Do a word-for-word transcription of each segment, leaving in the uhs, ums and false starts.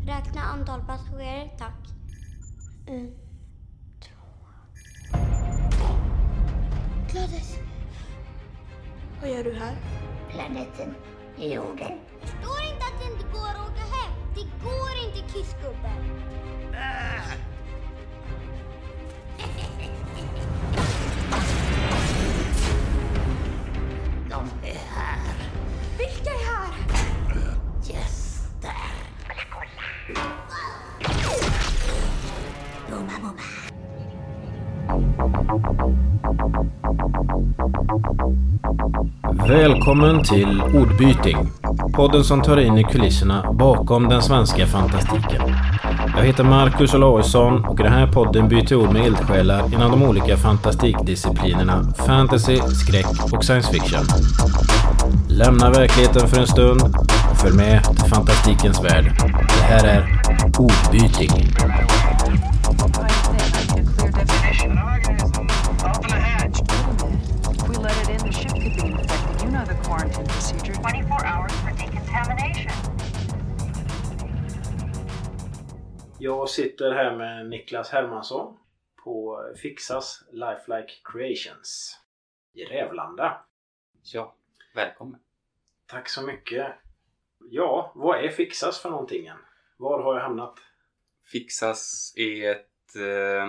Räkna antal passagerare, tack. En, två... Gladys. Vad gör du här? Planeten jorden. Förstår inte att det inte går att åka hem. Det går inte, kissgubben. Ah! De är här. Vilka är här? Gäster. Kolla, kolla. Mumma, mumma. Välkommen till Ordbyting, podden som tar in i kulisserna bakom den svenska fantastiken. Jag heter Marcus Olausson och i den här podden byter ord med eldsjälar inom de olika fantastikdisciplinerna fantasy, skräck och science fiction. Lämna verkligheten för en stund och följ med till fantastikens värld. Det här är Ordbyting. Jag sitter här med Niklas Hermansson på Fixas Lifelike Creations i Rävlanda. Ja, välkommen. Tack så mycket. Ja, vad är Fixas för någonting? Var har jag hamnat? Fixas är ett, eh,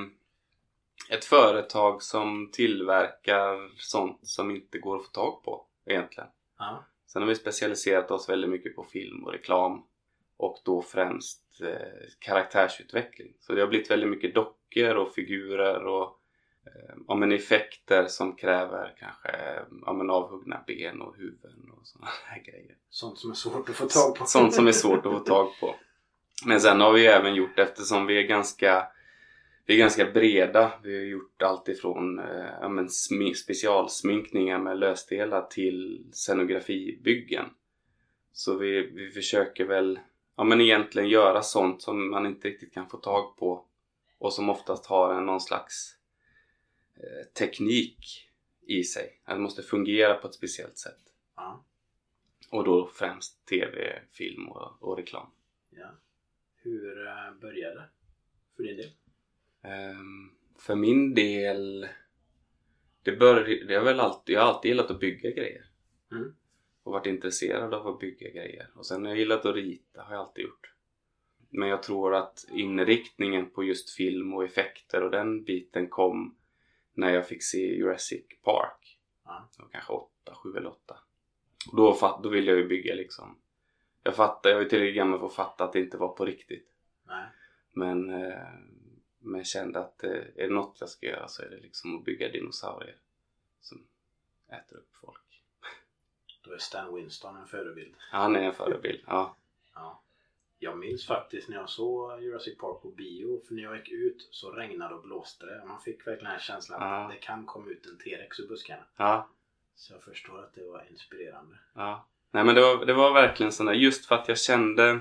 ett företag som tillverkar sånt som inte går att få tag på egentligen. Ja. Sen har vi specialiserat oss väldigt mycket på film och reklam och då främst eh, karaktärsutveckling. Så det har blivit väldigt mycket dockor och figurer och eh, ja, men effekter som kräver kanske ja, men avhuggna ben och huvuden och sådana här grejer. Sånt som är svårt att få tag på. Sånt som är svårt att få tag på. Men sen har vi även gjort, eftersom vi är ganska, vi är ganska breda. Vi har gjort allt ifrån eh, ja, men smi- specialsminkningar med lösdelar till scenografibyggen. Så vi, vi försöker väl ja, men egentligen göra sånt som man inte riktigt kan få tag på. Och som oftast har en någon slags eh, teknik i sig. Det måste fungera på ett speciellt sätt. Ja. Och då främst tv, film och, och reklam. Ja. Hur uh, började det för din del? Um, för min del, det började, det har väl alltid, jag har alltid gillat att bygga grejer. Mm. Och varit intresserad av att bygga grejer. Och sen har jag gillat att rita, har jag alltid gjort. Men jag tror att inriktningen på just film och effekter och den biten kom när jag fick se Jurassic Park. Ja. Det var kanske åtta, sju eller åtta. Och då, fatt, då ville jag ju bygga liksom. Jag fattar, jag var tillräckligt gammal för att fatta att det inte var på riktigt. Nej. Men, eh, men jag kände att eh, är det något jag ska göra så är det liksom att bygga dinosaurier som äter upp folk. Då är Stan Winston en förebild. Ja, han är en förebild, ja. Ja. Jag minns faktiskt när jag såg Jurassic Park på bio. För när jag gick ut så regnade och blåste det. Man fick verkligen en känsla att Ja. det kan komma ut en T-rex ur buskarna. Ja, Så jag förstår att det var inspirerande. ja. Nej men det var, det var verkligen sån där, just för att jag kände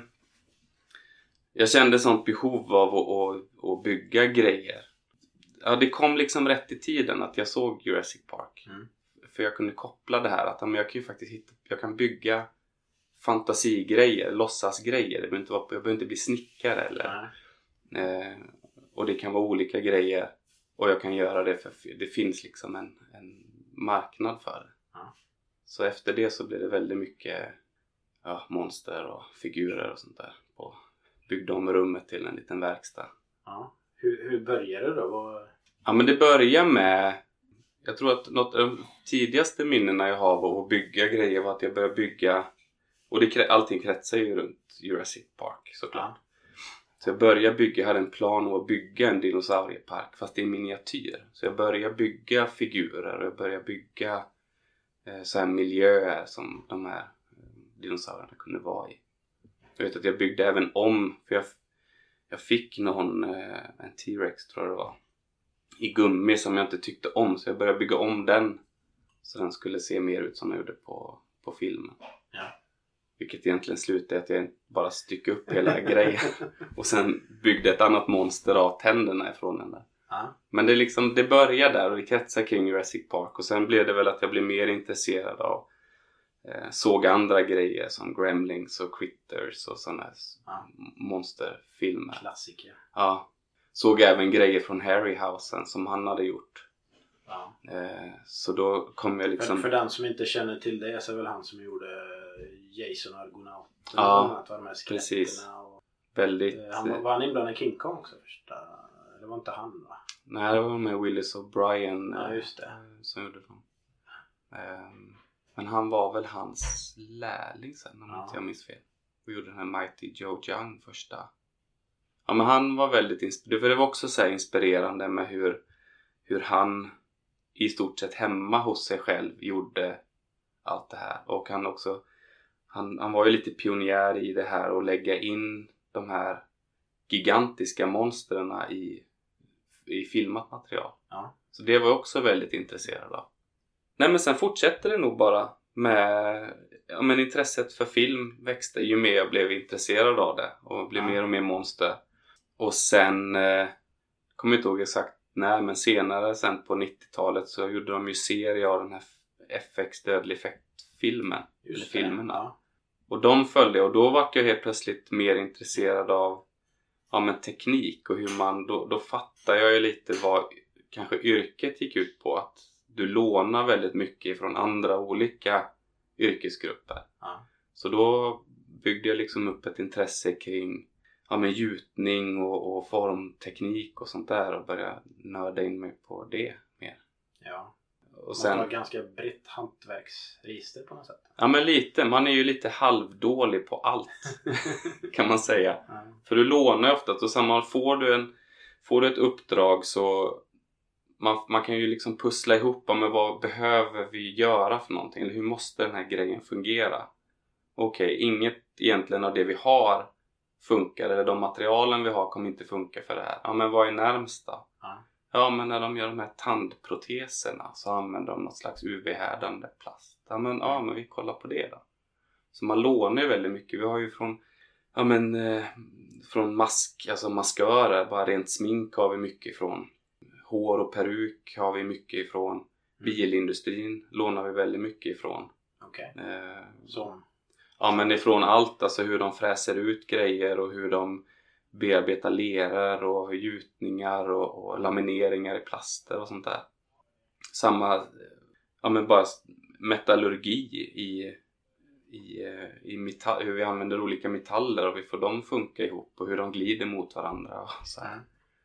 jag kände sånt behov av att, att, att bygga grejer. Ja, det kom liksom rätt i tiden att jag såg Jurassic Park. Mm. För jag kunde koppla det här att ja, men jag kan ju faktiskt hitta, jag kan bygga fantasigrejer, låtsasgrejer. Det behöver inte vara, jag behöver inte bli snickare eller. Eh, och det kan vara olika grejer. Och jag kan göra det för det finns liksom en, en marknad för det. Ja. Så efter det så blev det väldigt mycket ja, monster och figurer och sånt där. På, byggde om rummet till en liten verkstad. Ja. Hur, hur började det då? Vad... Ja men det börjar med, jag tror att något av de tidigaste minnena jag har av att bygga grejer var att jag började bygga, och det, allting kretsar ju runt Jurassic Park såklart. Ja. Så jag började bygga, jag hade en plan att bygga en dinosauriepark fast i en miniatyr. Så jag började bygga figurer och jag började bygga eh, så här miljöer som de här eh, dinosaurierna kunde vara i. Jag vet att jag byggde även om, för jag, jag fick någon, eh, en T-Rex tror jag det var, i gummi som jag inte tyckte om. Så jag började bygga om den så den skulle se mer ut som jag gjorde på, på filmen. Ja. Vilket egentligen slutade att jag bara styckade upp hela grejen. Och sen byggde ett annat monster av tänderna ifrån den där. Ja. Men det, liksom, det började där och det kretsade kring Jurassic Park. Och sen blev det väl att jag blev mer intresserad av eh, såg andra grejer som Gremlings och Critters och sådana Ja. monsterfilmer. Klassiker. Ja. Såg även grejer från Harryhausen som han hade gjort. Ja. Eh, så då kom jag liksom... För, för den som inte känner till det så är väl han som gjorde Jason Argonaut. Ja, var de här precis. och, Väldigt... eh, han var, var han inblandad i King Kong också första? Det var inte han va? Nej, det var med Willis O'Brien Ja, just det. eh, som gjorde dem. Eh, men han var väl hans lärling sen om Ja. inte jag minns fel. Och gjorde den här Mighty Joe Young första. Ja, men han var väldigt inspirerande. För det var också så här inspirerande med hur, hur han i stort sett hemma hos sig själv gjorde allt det här. Och han också, han, han var ju lite pionjär i det här att lägga in de här gigantiska monsterna i, i filmat material. Ja. Så det var jag också väldigt intresserad av. Nej, men sen fortsätter det nog bara med, ja, men intresset för film växte ju mer jag blev intresserad av det och blev Ja. mer och mer monster. Och sen eh, kommer jag inte ihåg exakt när, men senare sen på nittiotalet så gjorde de ju serie av den här F X Dödlig Effekt-filmen. Eller Just det. filmerna. Ja. Och de följde och då var jag helt plötsligt mer intresserad av, ja, men teknik och hur man, då, då fattar jag ju lite vad kanske yrket gick ut på. Att du lånar väldigt mycket från andra olika yrkesgrupper. Ja. Så då byggde jag liksom upp ett intresse kring, ja, med gjutning och, och formteknik och sånt där och började nörda in mig på det mer. Ja. Och Man sen, har ganska brett hantverksregister på något sätt. ja, men lite, man är ju lite halvdålig på allt kan man säga. Ja. För du lånar ju ofta och samma, får du en får du ett uppdrag så man, man kan ju liksom pussla ihop med vad behöver vi göra för någonting, eller hur måste den här grejen fungera. Okej, okay, inget egentligen av det vi har funkar, eller de materialen vi har kommer inte funka för det här. Ja, men vad är närmst då? Ja. Ja, men när de gör de här tandproteserna så använder de något slags U V-härdande plast. Ja, men, ja, men vi kollar på det då. Så man lånar ju väldigt mycket. Vi har ju från, ja, men, eh, från mask, alltså maskörer, bara rent smink har vi mycket ifrån. Hår och peruk har vi mycket ifrån. Bilindustrin lånar vi väldigt mycket ifrån. Okej. Eh, Som? Ja, men ifrån allt, alltså hur de fräser ut grejer och hur de bearbetar leror och gjutningar och, och lamineringar i plaster och sånt där. Samma, ja, men bara metallurgi i, i, i metall, hur vi använder olika metaller och vi får dem funka ihop och hur de glider mot varandra och så här.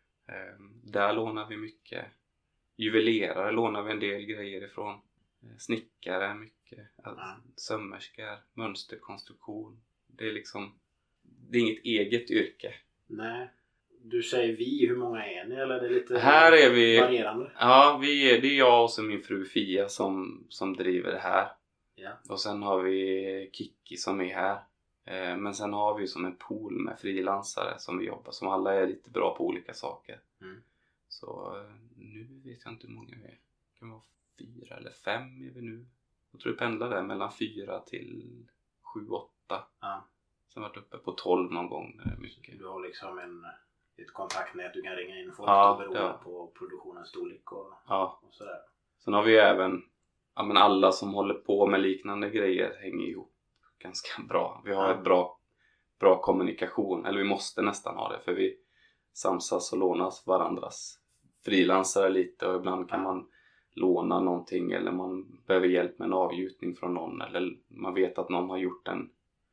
Mm. Där lånar vi mycket. Juvelerare lånar vi en del grejer ifrån. Snickare mycket. Alltså, mm. Sömmerskor, mönsterkonstruktion. Det är liksom, det är inget eget yrke. Nej. Du säger vi, hur många är ni? Eller är det lite här är vi, varierande? Ja, vi är, det är jag och så min fru Fia som, som driver det här. Ja. Och sen har vi Kiki som är här. Eh, men sen har vi som en pool med frilansare som vi jobbar, som alla är lite bra på olika saker. Mm. Så eh, nu vet jag inte hur många vi är. Det kan vara fyra eller fem är vi nu. Jag tror det pendlar där mellan fyra till sju, åtta. Ja. Sen varit uppe på tolv någon gång. Det är mycket. Du har liksom en, ett kontaktnät du kan ringa in folk Ja, beroende ja. på produktionens storlek och, Ja. och sådär. Sen har vi även, ja, men alla som håller på med liknande grejer hänger ihop ganska bra. Vi har Ja. ett bra, bra kommunikation. Eller vi måste nästan ha det. För vi samsas och lånas varandras frilansare lite. Och ibland kan Ja. man låna någonting. Eller man behöver hjälp med en avgjutning från någon. Eller man vet att någon har gjort en,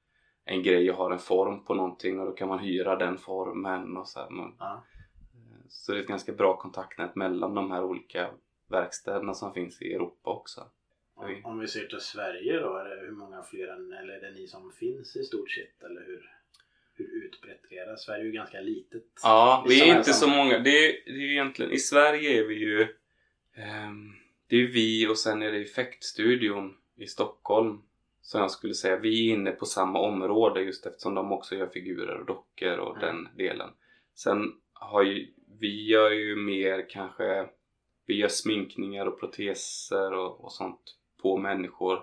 en grej och har en form på någonting. Och då kan man hyra den formen. Och så här. Man, Ja. så det är ett ganska bra kontaktnät mellan de här olika verkstäderna som finns i Europa också. Om, om vi ser till Sverige då, är det hur många fler än, eller är det ni som finns i stort sett? Eller hur, hur utbrett är det? Sverige är ju ganska litet. Ja, I vi är samma- inte så samma- många. Det är, det är ju egentligen, i Sverige är vi ju, ehm, det är ju vi och sen är det Effektstudion i Stockholm. Så jag skulle säga, vi är inne på samma område just eftersom de också gör figurer och dockor och Mm. den delen. Sen har ju, vi gör ju mer kanske, vi gör sminkningar och proteser och, och sånt på människor.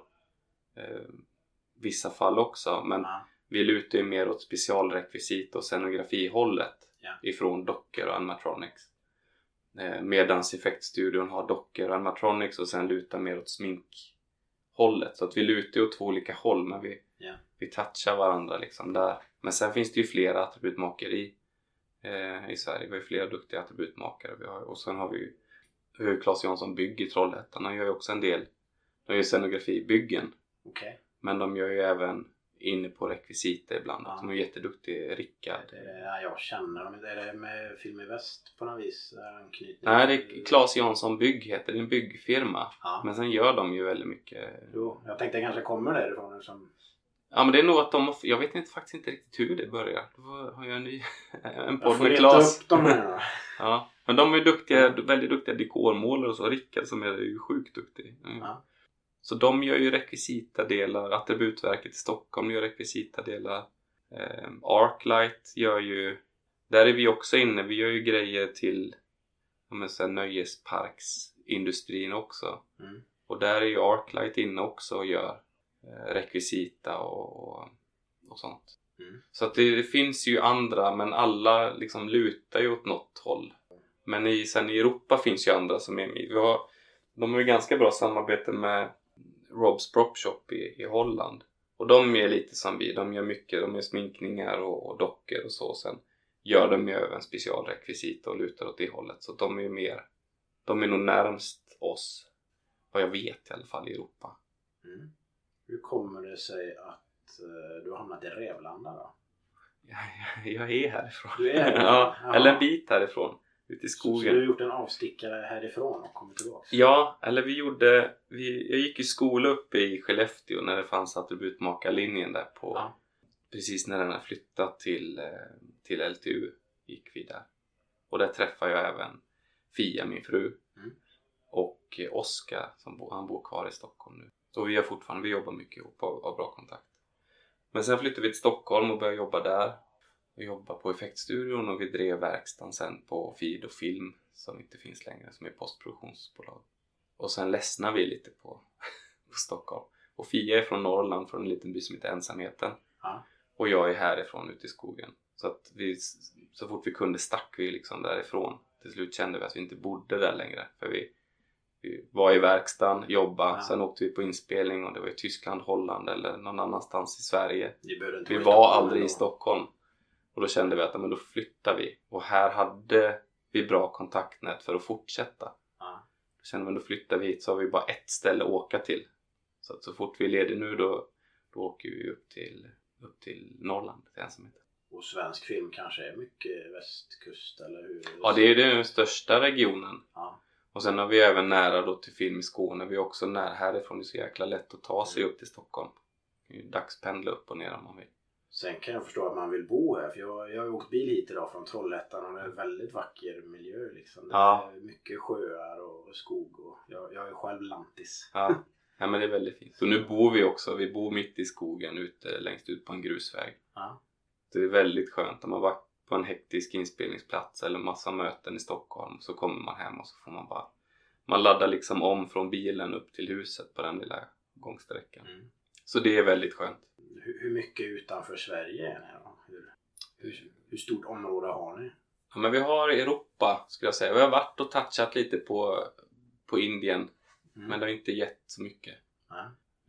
Eh, vissa fall också, men Ja. vi lutar ju mer åt specialrekvisit och scenografihållet Ja. ifrån dockor och animatronics. Eh, medans Effektstudion har dockor och animatronics och sen lutar mer åt smink hållet. Så att vi lutar åt två olika håll, men vi, yeah. vi touchar varandra liksom där. Men sen finns det ju flera attributmakeri eh, i Sverige. Vi har ju flera duktiga attributmakare. Vi har, och sen har vi ju hur Claes Jansson bygger i Trollhättan. Han gör ju också en del, de gör ju scenografibyggen. Okay. Men de gör ju även inne på rekvisiter ibland. Ja. De är jätteduktiga, Rickard. Ja, jag känner dem. Är det med Film i Väst på något vis? Anknytning? Nej, det är Claes Jansson Bygg heter det. är en byggfirma. Ja. Men sen gör de ju väldigt mycket. Jo, jag tänkte jag kanske kommer därifrån. Som... Ja, men det är nog att de, jag vet inte faktiskt inte riktigt hur det börjar. Då har jag en ny, en podd med Claes. Upp dem här då. Ja, men de är duktiga, väldigt duktiga dekormålare och så. Rickard som är ju sjukt duktig. Mm. Ja. Så de gör ju rekvisitadelar. Attributverket i Stockholm gör rekvisitadelar. Eh, Arclight gör ju... Där är vi också inne. Vi gör ju grejer till ja, så här, nöjesparksindustrin också. Mm. Och där är ju Arclight inne också och gör eh, rekvisita och, och, och sånt. Mm. Så att det, det finns ju andra, men alla liksom lutar ju åt något håll. Men i, sen i Europa finns ju andra som är med. Vi har, de har ju ganska bra samarbete med Rob's Prop Shop i, i Holland. Och de är lite som vi. De gör mycket. De gör sminkningar och, och dockor och så. Sen gör de ju även specialrekvisit och lutar åt det hållet. Så de är ju mer... De är nog närmst oss. Vad jag vet i alla fall i Europa. Mm. Hur kommer det sig att uh, du har hamnat i Rävlanda då? Jag, jag är härifrån. Du är härifrån? Ja, Jaha. eller en bit härifrån. Ute i skogen. Så, så du har gjort en avstickare härifrån och kommit tillbaka? Ja, eller vi gjorde... Vi, jag gick i skola uppe i Skellefteå när det fanns attributmakarlinjen där på... Ja. Precis när den har flyttat till, till L T U gick vi där. Och där träffade jag även Fia, min fru. Mm. Och Oskar, som bo, han bor kvar i Stockholm nu. Och vi har fortfarande, vi jobbar mycket ihop och har bra kontakt. Men sen flyttade vi till Stockholm och började jobba där. Och jobba på effektstudion och vi drev verkstaden sen på Feed och Film som inte finns längre, som är postproduktionsbolag. Och sen ledsnade vi lite på, på Stockholm. Och Fia är från Norrland, från en liten by som heter Ensamheten. Ja. Och jag är härifrån ute i skogen. Så att vi, så fort vi kunde stack vi liksom därifrån. Till slut kände vi att vi inte bodde där längre. För vi, vi var i verkstaden, jobbade. Ja. Sen åkte vi på inspelning och det var i Tyskland, Holland eller någon annanstans i Sverige. Vi, inte vi var Stockholm aldrig ändå. i Stockholm. Och då kände vi att men då flyttar vi. Och här hade vi bra kontaktnät för att fortsätta. Ja. Då kände vi att då flyttar vi hit, så har vi bara ett ställe att åka till. Så att så fort vi är lediga nu då, då åker vi upp till, upp till Norrland. Till ensamheten. Och svensk film kanske är mycket västkust eller hur? Ja, det är den största regionen. Ja. Och sen har vi även nära då till film i Skåne. Vi är också nära härifrån. Det är så jäkla lätt att ta sig upp till Stockholm. Det är ju dagspendla upp och ner om man vill. Sen kan jag förstå att man vill bo här. För jag, jag har ju åkt bil hit idag från Trollhättan och det är en väldigt vacker miljö liksom. Det Ja. är mycket sjöar och skog. Och jag, jag är själv lantis. Ja. Ja, men det är väldigt fint. Så nu bor vi också. Vi bor mitt i skogen ute, längst ut på en grusväg. Ja. Så det är väldigt skönt. Om man varit på en hektisk inspelningsplats eller massa möten i Stockholm, så kommer man hem och så får man bara... Man laddar liksom om från bilen upp till huset på den lilla gångsträckan. Mm. Så det är väldigt skönt. Hur, hur mycket utanför Sverige är ni då? Hur, hur, hur stort område har ni? Ja, men vi har Europa, skulle jag säga. Vi har varit och touchat lite på, på Indien. Mm. Men det har inte gett så mycket. Ja.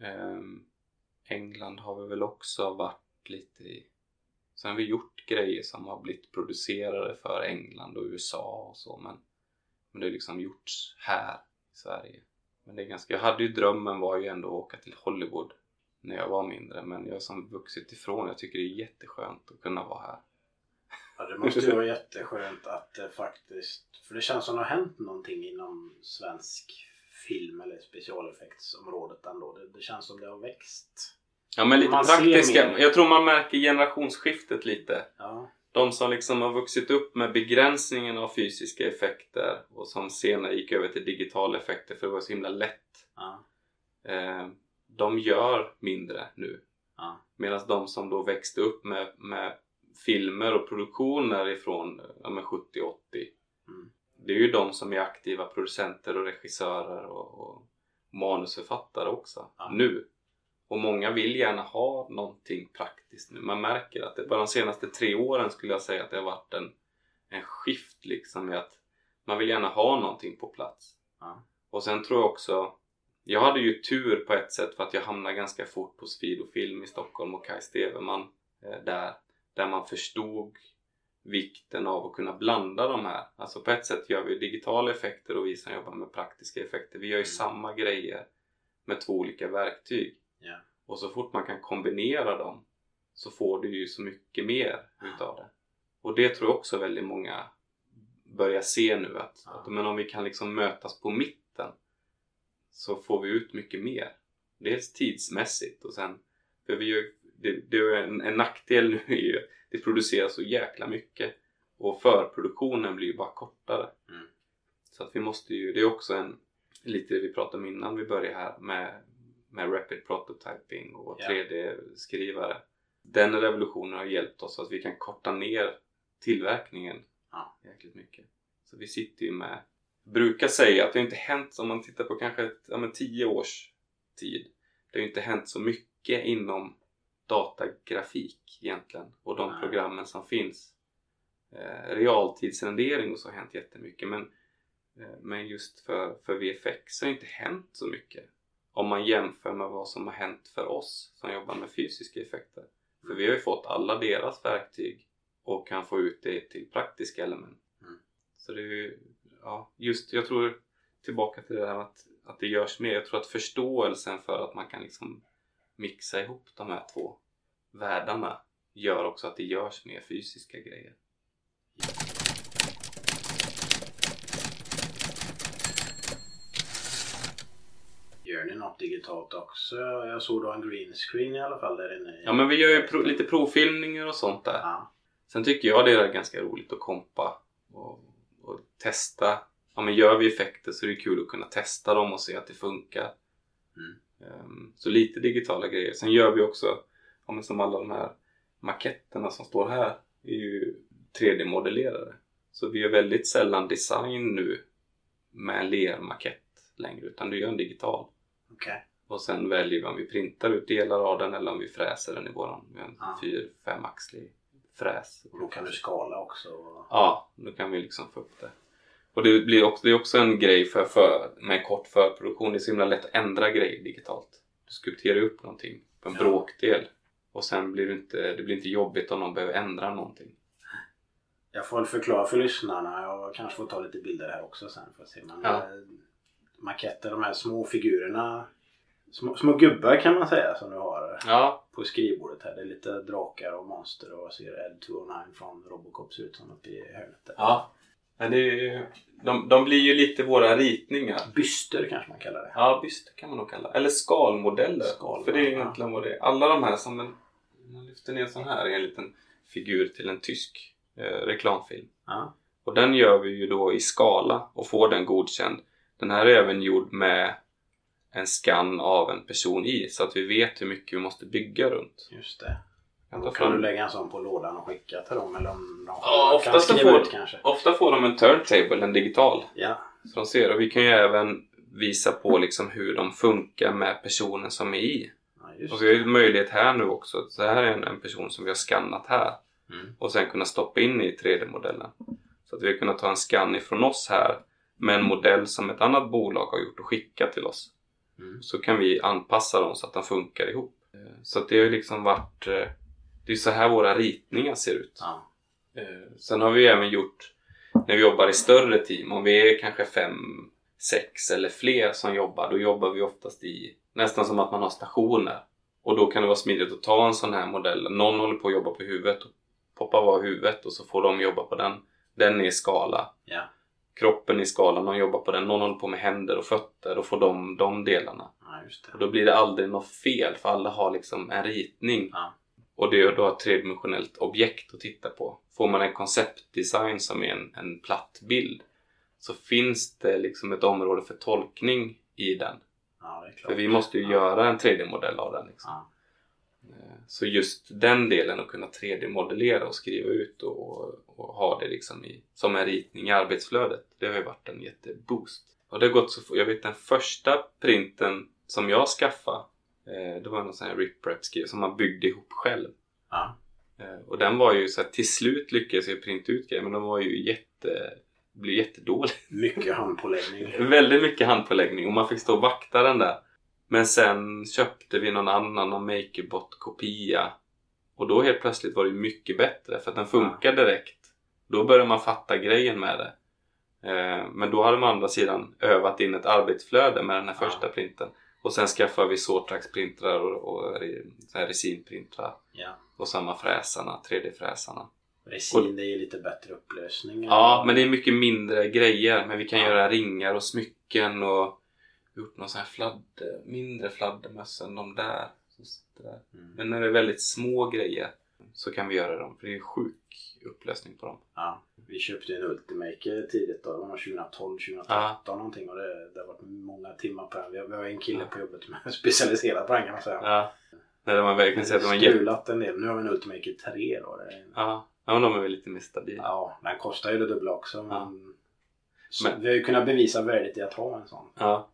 Um, England har vi väl också varit lite i. Sen har vi gjort grejer som har blivit producerade för England och U S A och så. Men, men det har liksom gjorts här i Sverige. Men det är ganska, jag hade ju drömmen var ju ändå att åka till Hollywood när jag var mindre. Men jag som vuxit ifrån, jag tycker det är jätteskönt att kunna vara här. Ja, det måste ju vara jätteskönt att det faktiskt... För det känns som det har hänt någonting inom svensk film eller specialeffektsområdet ändå. Det, det känns som det har växt. Ja, men lite Man ser praktiska. mer. Jag tror man märker generationsskiftet lite. Ja. De som liksom har vuxit upp med begränsningen av fysiska effekter och som senare gick över till digitala effekter för det var så himla lätt. Ja. Eh, de gör mindre nu. Ja. Medan de som då växte upp med, med filmer och produktioner ifrån ja, sjuttio åttio. Mm. Det är ju de som är aktiva producenter och regissörer och, och manusförfattare också. Ja. Nu. Och många vill gärna ha någonting praktiskt nu. Man märker att det bara de senaste tre åren skulle jag säga att det har varit en, en skift liksom i att man vill gärna ha någonting på plats. Ja. Och sen tror jag också jag hade ju tur på ett sätt för att jag hamnade ganska fort på Speed och Film i Stockholm och Kaj Steverman eh, där. Där man förstod vikten av att kunna blanda de här. Alltså på ett sätt gör vi digitala effekter och vi som jobbar med praktiska effekter. Vi gör ju mm. samma grejer med två olika verktyg. Yeah. Och så fort man kan kombinera dem så får du ju så mycket mer utav det. Och det tror jag också väldigt många börjar se nu. Att, ja. att men om vi kan liksom mötas på mitten så får vi ut mycket mer. Dels tidsmässigt och sen, för vi gör, det, det är en, en nackdel nu är ju, det produceras så jäkla mycket och förproduktionen blir ju bara kortare. Mm. Så att vi måste ju, det är också en, lite det vi pratade om innan vi började här med, med rapid prototyping och yeah. tre D-skrivare. Den revolutionen har hjälpt oss att vi kan korta ner tillverkningen ja. jäkligt mycket. Så vi sitter ju med, brukar säga att det inte hänt, om man tittar på kanske ett, ja, men tio års tid. Det har ju inte hänt så mycket inom datagrafik egentligen och de Nej. programmen som finns. Eh, realtidsrendering och så har hänt jättemycket, men, eh, men just för, för V F X har det inte hänt så mycket om man jämför med vad som har hänt för oss som jobbar med fysiska effekter. För vi har ju fått alla deras verktyg och kan få ut det till praktiska element. Mm. Så det är ju, ja, just jag tror tillbaka till det här att, att det görs mer. Jag tror att förståelsen för att man kan liksom mixa ihop de här två världarna gör också att det görs mer fysiska grejer. Gör ni något digitalt också? Jag såg då en green screen i alla fall där inne. Ja, men vi gör ju pro- lite provfilmningar och sånt där. Ja. Sen tycker jag det är ganska roligt att kompa och, och testa. Ja, men gör vi effekter så är det kul att kunna testa dem och se att det funkar. Mm. Um, så lite digitala grejer. Sen gör vi också, ja, men som alla de här maketterna som står här är ju tre D-modellerade. Så vi gör väldigt sällan design nu med en lermakett längre, utan du gör en digital. Okay. Och sen väljer vi om vi printar ut delar av den eller om vi fräser den i våran ja. fyra fem axlig fräs. Och då kan du skala också. Ja, då kan vi liksom få upp det. Och det blir också, det är också en grej för, för, med en kort förproduktion. Det är så himla lätt att ändra grejer digitalt. Du skulpterar upp någonting på en ja. bråkdel. Och sen blir det inte, det blir inte jobbigt om någon behöver ändra någonting. Jag får väl förklara för lyssnarna. Jag kanske får ta lite bilder här också sen för att se. Men ja. maketter, de här små figurerna. Små, små gubbar kan man säga som du har ja. på skrivbordet här. Det är lite drakar och monster och ser Ed tvåhundranio från Robocop ser ut som uppe i hörnet där. Ja. Men det är ju, de, de blir ju lite våra ritningar. Byster kanske man kallar det. Ja, byster kan man nog kalla det. Eller skalmodeller. Skal, för det är ju egentligen vad det är. Alla de här som en, man lyfter ner sån här är en liten figur till en tysk eh, reklamfilm. Ja. Och den gör vi ju då i skala och får den godkänd. Den här är även gjord med en skann av en person i, så att vi vet hur mycket vi måste bygga runt. Just det. Kan, då kan du lägga en sån på lådan och skicka till dem, eller om de ja, kan skriva får, ut kanske. Ofta får de en turntable, en digital. Ja. Så de ser, och vi kan ju även visa på liksom hur de funkar med personen som är i. Ja, just och vi har ju möjlighet här nu också. Så här är en, en person som vi har skannat här. Mm. Och sen kunna stoppa in i tre D-modellen. Så att vi har kunnat ta en skann ifrån oss här med en modell som ett annat bolag har gjort och skickat till oss. Mm. Så kan vi anpassa dem så att de funkar ihop. Så att det har liksom varit, det är så här våra ritningar ser ut. Ja. Sen har vi även gjort, när vi jobbar i större team, om vi är kanske fem, sex eller fler som jobbar, då jobbar vi oftast i nästan som att man har stationer. Och då kan det vara smidigt att ta en sån här modell. Någon håller på att jobba på huvudet och poppar av huvudet och så får de jobba på den. Den är i skala. Ja. Kroppen i skalan, någon jobbar på den. Någon håller på med händer och fötter och får de, de delarna. Ja, just det. Och då blir det aldrig något fel, för alla har liksom en ritning. Ja. Och det är då ett tredimensionellt objekt att titta på. Får man en konceptdesign som är en, en platt bild, så finns det liksom ett område för tolkning i den. Ja, det är klart. För vi måste ju ja. göra en tre D-modell av den. Liksom. Ja. Så just den delen, att kunna tre D-modellera och skriva ut och, och ha det liksom i, som en ritning i arbetsflödet, det har ju varit en jätteboost. Och det har gått så, jag vet den första printen som jag skaffade, eh, det var en sån här rip-rep-skriv som man byggde ihop själv. Ja. Eh, och den var ju så här, till slut lyckades jag printa ut grejer, men den var ju jätte blir jättedålig. Mycket handpåläggning. Väldigt mycket handpåläggning och man fick stå och vakta den där. Men sen köpte vi någon annan, någon MakerBot-kopia. Och då helt plötsligt var det mycket bättre för att den funkar direkt. Då började man fatta grejen med det. Eh, men då hade man å andra sidan övat in ett arbetsflöde med den här ja. första printen. Och sen skaffade vi Sortrax-printrar och, och så här resinprintrar. Ja. Och samma fräsarna, tre D-fräsarna. Resin och, det är lite bättre upplösning. Ja, eller? Men det är mycket mindre grejer. Men vi kan ja. göra ringar och smycken och gjort någon sån här fladder, mindre fladdermöss än de där. där. Mm. Men när det är väldigt små grejer så kan vi göra dem. För det är sjuk upplösning på dem. Ja, vi köpte en Ultimaker tidigt då. Det var tjugohundratolv tjugohundratretton ja. någonting. Och det, det har varit många timmar på den. Vi har, vi har en kille på jobbet som är specialiserad på den kan man säga. Ja. När man verkligen säger att de har skrulat en del. Nu har vi en Ultimaker tre då. Det är... Ja. ja, men de är väl lite mer stabila. Ja, den kostar ju det dubbla också. Men... Ja. men... vi har ju kunnat bevisa värdet i att ha en sån. Ja.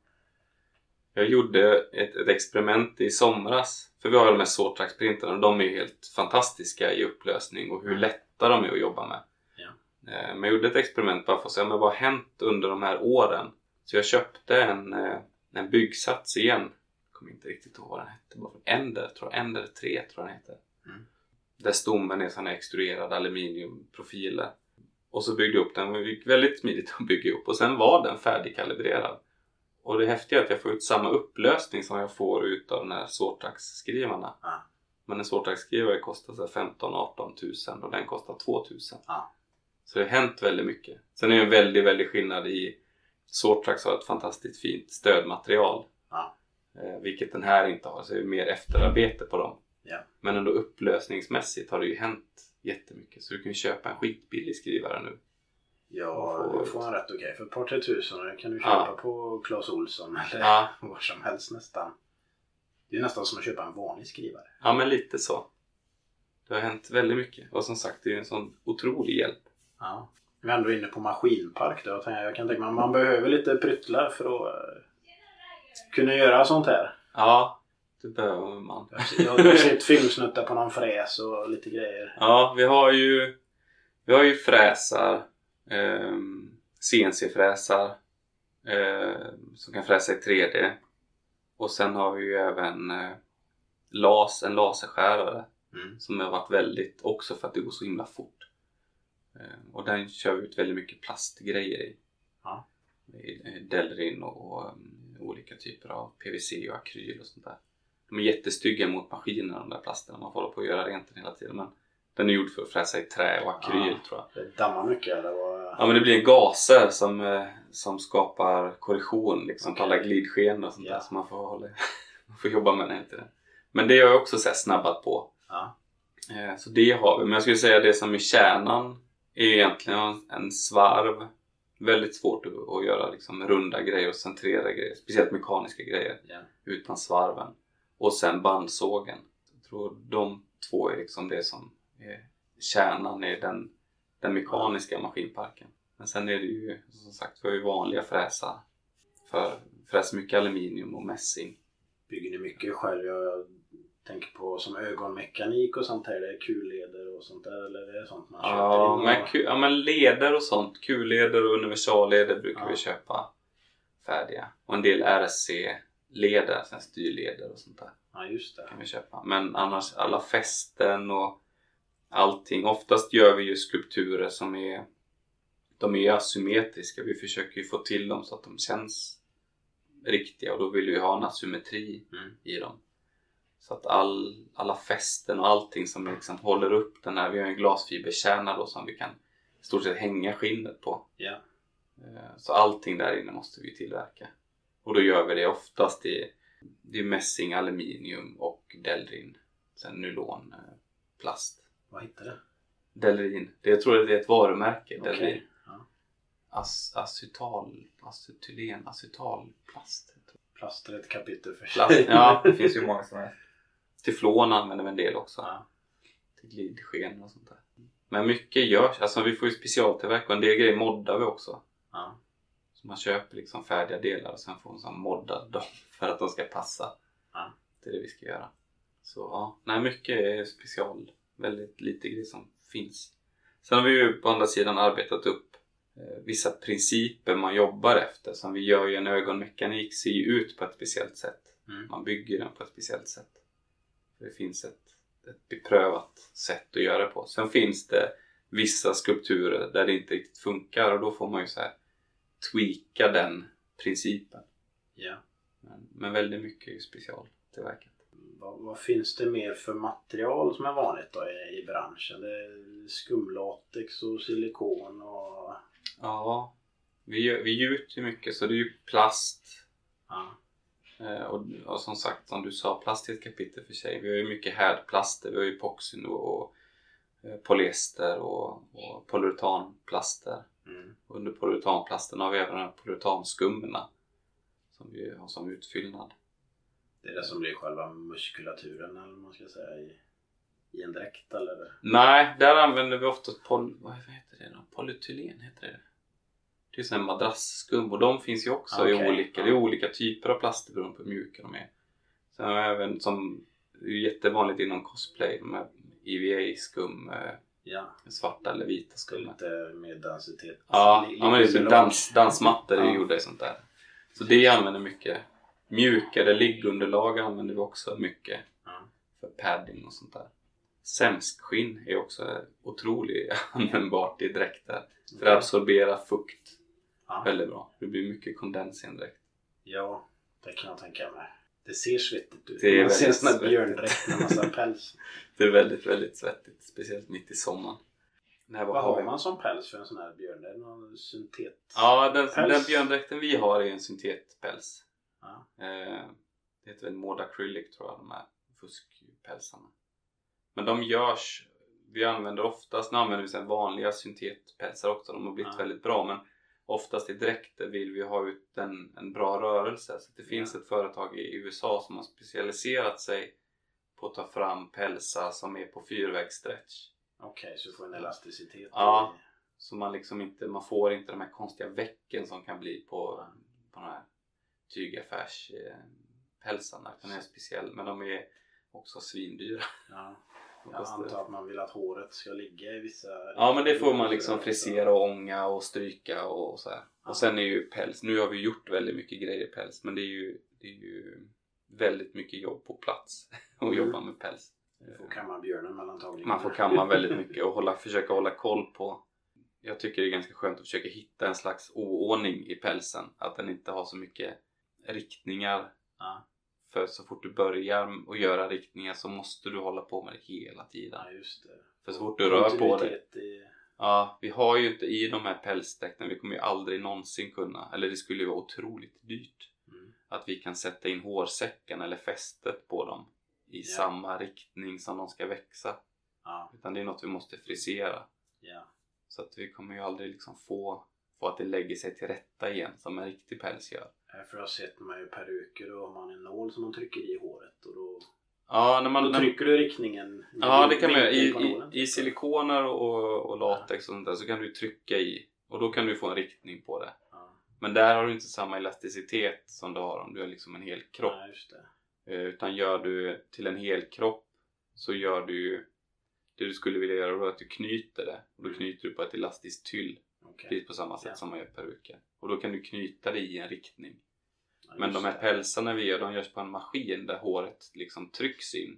Jag gjorde ett, ett experiment i somras. För vi har ju de här Sortrax-printarna. Och de är ju helt fantastistiska i upplösning. Och hur lätta de är att jobba med. Ja. Men jag gjorde ett experiment bara för att se men vad har hänt under de här åren. Så jag köpte en, en byggsats igen. Jag kommer inte riktigt ihåg vad den hette. Bara för Ender, tror jag. Ender tre tror jag den heter. Mm. Där stommen är sådana extruerade aluminiumprofiler. Och så byggde jag upp den. Det gick väldigt smidigt att bygga upp. Och sen var den färdigkalibrerad. Och det häftiga är att jag får ut samma upplösning som jag får ut av de här Sortrax-skrivarna. Ah. Men en Sortrax-skrivare kostar så femton till arton tusen och den kostar två tusen. Ah. Så det har hänt väldigt mycket. Sen är det en väldigt, väldigt skillnad i Sortrax har ett fantastiskt fint stödmaterial. Ah. Eh, vilket den här inte har. Så det är mer efterarbete på dem. Yeah. Men ändå upplösningsmässigt har det ju hänt jättemycket. Så du kan ju köpa en skitbillig skrivare nu. Ja, du får en rätt okej. Okay. För ett par tre tusen och kan du köpa ja. på Clas Ohlson eller ja. var som helst nästan. Det är nästan som att köpa en vanlig skrivare. Ja, men lite så. Det har hänt väldigt mycket. Och som sagt, det är en sån otrolig hjälp. Ja. Vi är ändå inne på maskinpark då. Jag kan tänka mig att man behöver lite pryttlar för att uh, kunna göra sånt här. Ja, det behöver man. Jag har sett filmsnuttar på någon fräs och lite grejer. Ja, vi har ju, vi har ju fräsar. Eh, C N C-fräsar eh, som kan fräsa i tre D. Och sen har vi ju även eh, las, en laserskärare mm. som har varit väldigt, också för att det går så himla fort. Eh, och den kör vi ut väldigt mycket plastgrejer i. Ja. Delrin och, och um, olika typer av P V C och akryl och sånt där. De är jättestygga mot maskinerna, de där plasterna. Man får hålla på att göra rent den hela tiden. Men den är gjord för att fräsa i trä och akryl ja, tror jag. Det dammar mycket eller vad? Ja, men det blir gaser som, som skapar korrosion liksom, okay. på alla glidsken och sånt yeah. där. Så man får, hålla, man får jobba med den hela tiden. Men det har jag också så här snabbat på. Ja. Så det har vi. Men jag skulle säga det som är kärnan är egentligen en svarv. Väldigt svårt att göra liksom, runda grejer och centrera grejer. Speciellt mekaniska grejer. Yeah. Utan svarven. Och sen bandsågen. Jag tror de två är liksom det som är kärnan i den, den mekaniska maskinparken. Men sen är det ju som sagt för vanliga fräsar. För fräs mycket aluminium och mässing. Bygger ni mycket själv? Jag tänker på som ögonmekanik och sånt här. Det är kulleder och sånt där. Eller är det sånt man köper ja, in? Men ku- ja men leder och sånt. Kulleder och universalleder brukar ja. vi köpa färdiga. Och en del R S C-leder, sen styrleder och sånt där. Ja, just det. Kan vi köpa. Men annars alla fästen och allting. Oftast gör vi ju skulpturer som är, de är asymmetriska. Vi försöker ju få till dem så att de känns riktiga. Och då vill vi ha en asymmetri mm. i dem. Så att all, alla fästen och allting som liksom håller upp den här. Vi har en glasfiberkärna då som vi kan i stort sett hänga skinnet på. Ja. Så allting där inne måste vi tillverka. Och då gör vi det oftast i det är mässing, aluminium och delrin. Sen nylon, plast. Vad hittar det? Delrin. Det, jag tror det är ett varumärke. Okay. Delrin. Ja. As, acetal, acetylen, acetalplast. Plast är ett kapitel för sig. Plast, ja, det finns ju många som är. Teflon använder vi en del också. Ja. Till glidsken och sånt där. Men mycket görs. Alltså vi får ju specialtillverka. Och en del grejer moddar vi också. Ja. Så man köper liksom färdiga delar och sen får man så modda dem för att de ska passa ja. till det vi ska göra. Så ja, nej, mycket är special. Väldigt lite grejer som finns. Sen har vi ju på andra sidan arbetat upp eh, vissa principer man jobbar efter. Som vi gör ju en ögonmekanik ser ju ut på ett speciellt sätt. Mm. Man bygger den på ett speciellt sätt. Det finns ett, ett beprövat sätt att göra det på. Sen finns det vissa skulpturer där det inte riktigt funkar. Och då får man ju så här tweaka den principen. Ja. Men, men väldigt mycket är ju specialtillverkat. Vad, vad finns det mer för material som är vanligt då i, i branschen? Det är skumlatex och silikon och... Ja, vi, vi gjuter ju mycket så det är ju plast. Ja. Eh, och, och som sagt, som du sa, plast är ett kapitel för sig. Vi har ju mycket härdplaster, vi har ju epoxy och, och eh, polyester och, och polyuretanplaster. Mm. Under polyuretanplasten har vi även de här polyuretanskummerna som vi har som utfyllnad. Det är det som blir själva muskulaturen eller man ska säga i, i en dräkt eller? Nej, där använder vi ofta poly, vad heter det då? Polytylen heter det. Det är sån här madrassskum och de finns ju också okay. i olika, det är olika typer av plaster beroende på hur mjuka de är. Sen har jag även som det är jättevanligt inom cosplay med E V A-skum, ja. svarta eller vita skum. Lite mer densitet. Ja, L- ja men det är så dans, dansmattor ja. är gjorda i sånt där. Så det använder mycket. Mjukare liggunderlag använder vi också mycket mm. för padding och sånt där. Sämskskinn är också otroligt användbart i dräkter. För att absorbera fukt. Ja. Väldigt bra. Det blir mycket kondens i en dräkt. Ja, det kan jag tänka mig. Det ser svettigt ut. Det är man ser en sån här svettigt. björndräkt med massa päls. Det är väldigt, väldigt svettigt. Speciellt mitt i sommaren. Nej, vad, vad har man som päls för en sån här björn? Är det någon syntet? Ja, den, den björndräkten vi har är en syntetpäls. Ja. Eh, det heter väl Mod Acrylic tror jag, de här fuskpälsarna. Men de görs, vi använder oftast, nu använder vi sen vanliga syntetpälsar också, de har blivit ja. väldigt bra. Men oftast i dräkter vill vi ha ut en, en bra rörelse. Så det finns ja. ett företag i U S A som har specialiserat sig på att ta fram pälsar som är på fyrvägsstretch. Okej, okay, så du får en elasticitet. Ja, i... så man liksom inte, man får inte de här konstiga vecken som kan bli på, ja. på de här tygaffärspälsarna. Den är speciell, men de är också svindyra. Ja. Jag antar att man vill att håret ska ligga i vissa... Ja, men det får man liksom frisera och ånga och stryka och så här. Ja. Och sen är ju päls, nu har vi gjort väldigt mycket grejer i päls, men det är ju, det är ju väldigt mycket jobb på plats att mm. jobba med päls. Du får kamma björnen mellan tagningarna. Man får kamma väldigt mycket och hålla, försöka hålla koll på. Jag tycker det är ganska skönt att försöka hitta en slags oordning i pälsen. Att den inte har så mycket riktningar. Ja. För så fort du börjar att göra riktningar så måste du hålla på med det hela tiden. Ja, just det. För så fort du rör på det. I... Ja, vi har ju inte i de här pälsdräkterna. Vi kommer ju aldrig någonsin kunna. Eller det skulle ju vara otroligt dyrt. Mm. Att vi kan sätta in hårsäcken eller fästet på dem. I yeah. samma riktning som de ska växa. Ja. Utan det är något vi måste frisera. Ja. Så att vi kommer ju aldrig liksom få, få att det lägger sig till rätta igen. Som en riktig päls gör. För jag har sett med ju peruker och har man en nål som man trycker i håret och då, ja, när man, då trycker du riktningen. Ja, det kan man göra. I, i, i silikoner och, och latex och sånt där så kan du trycka i och då kan du få en riktning på det. Ja. Men där har du inte samma elasticitet som du har om du har liksom en hel kropp. Ja, just det. Utan gör du till en hel kropp så gör du ju det du skulle vilja göra då att du knyter det. Och då knyter du på ett elastiskt tyll. Okay. Precis på samma sätt ja. som man gör peruker. Och då kan du knyta det i en riktning. Ja, men de här det. pälsarna vi gör, de görs på en maskin där håret liksom trycks in.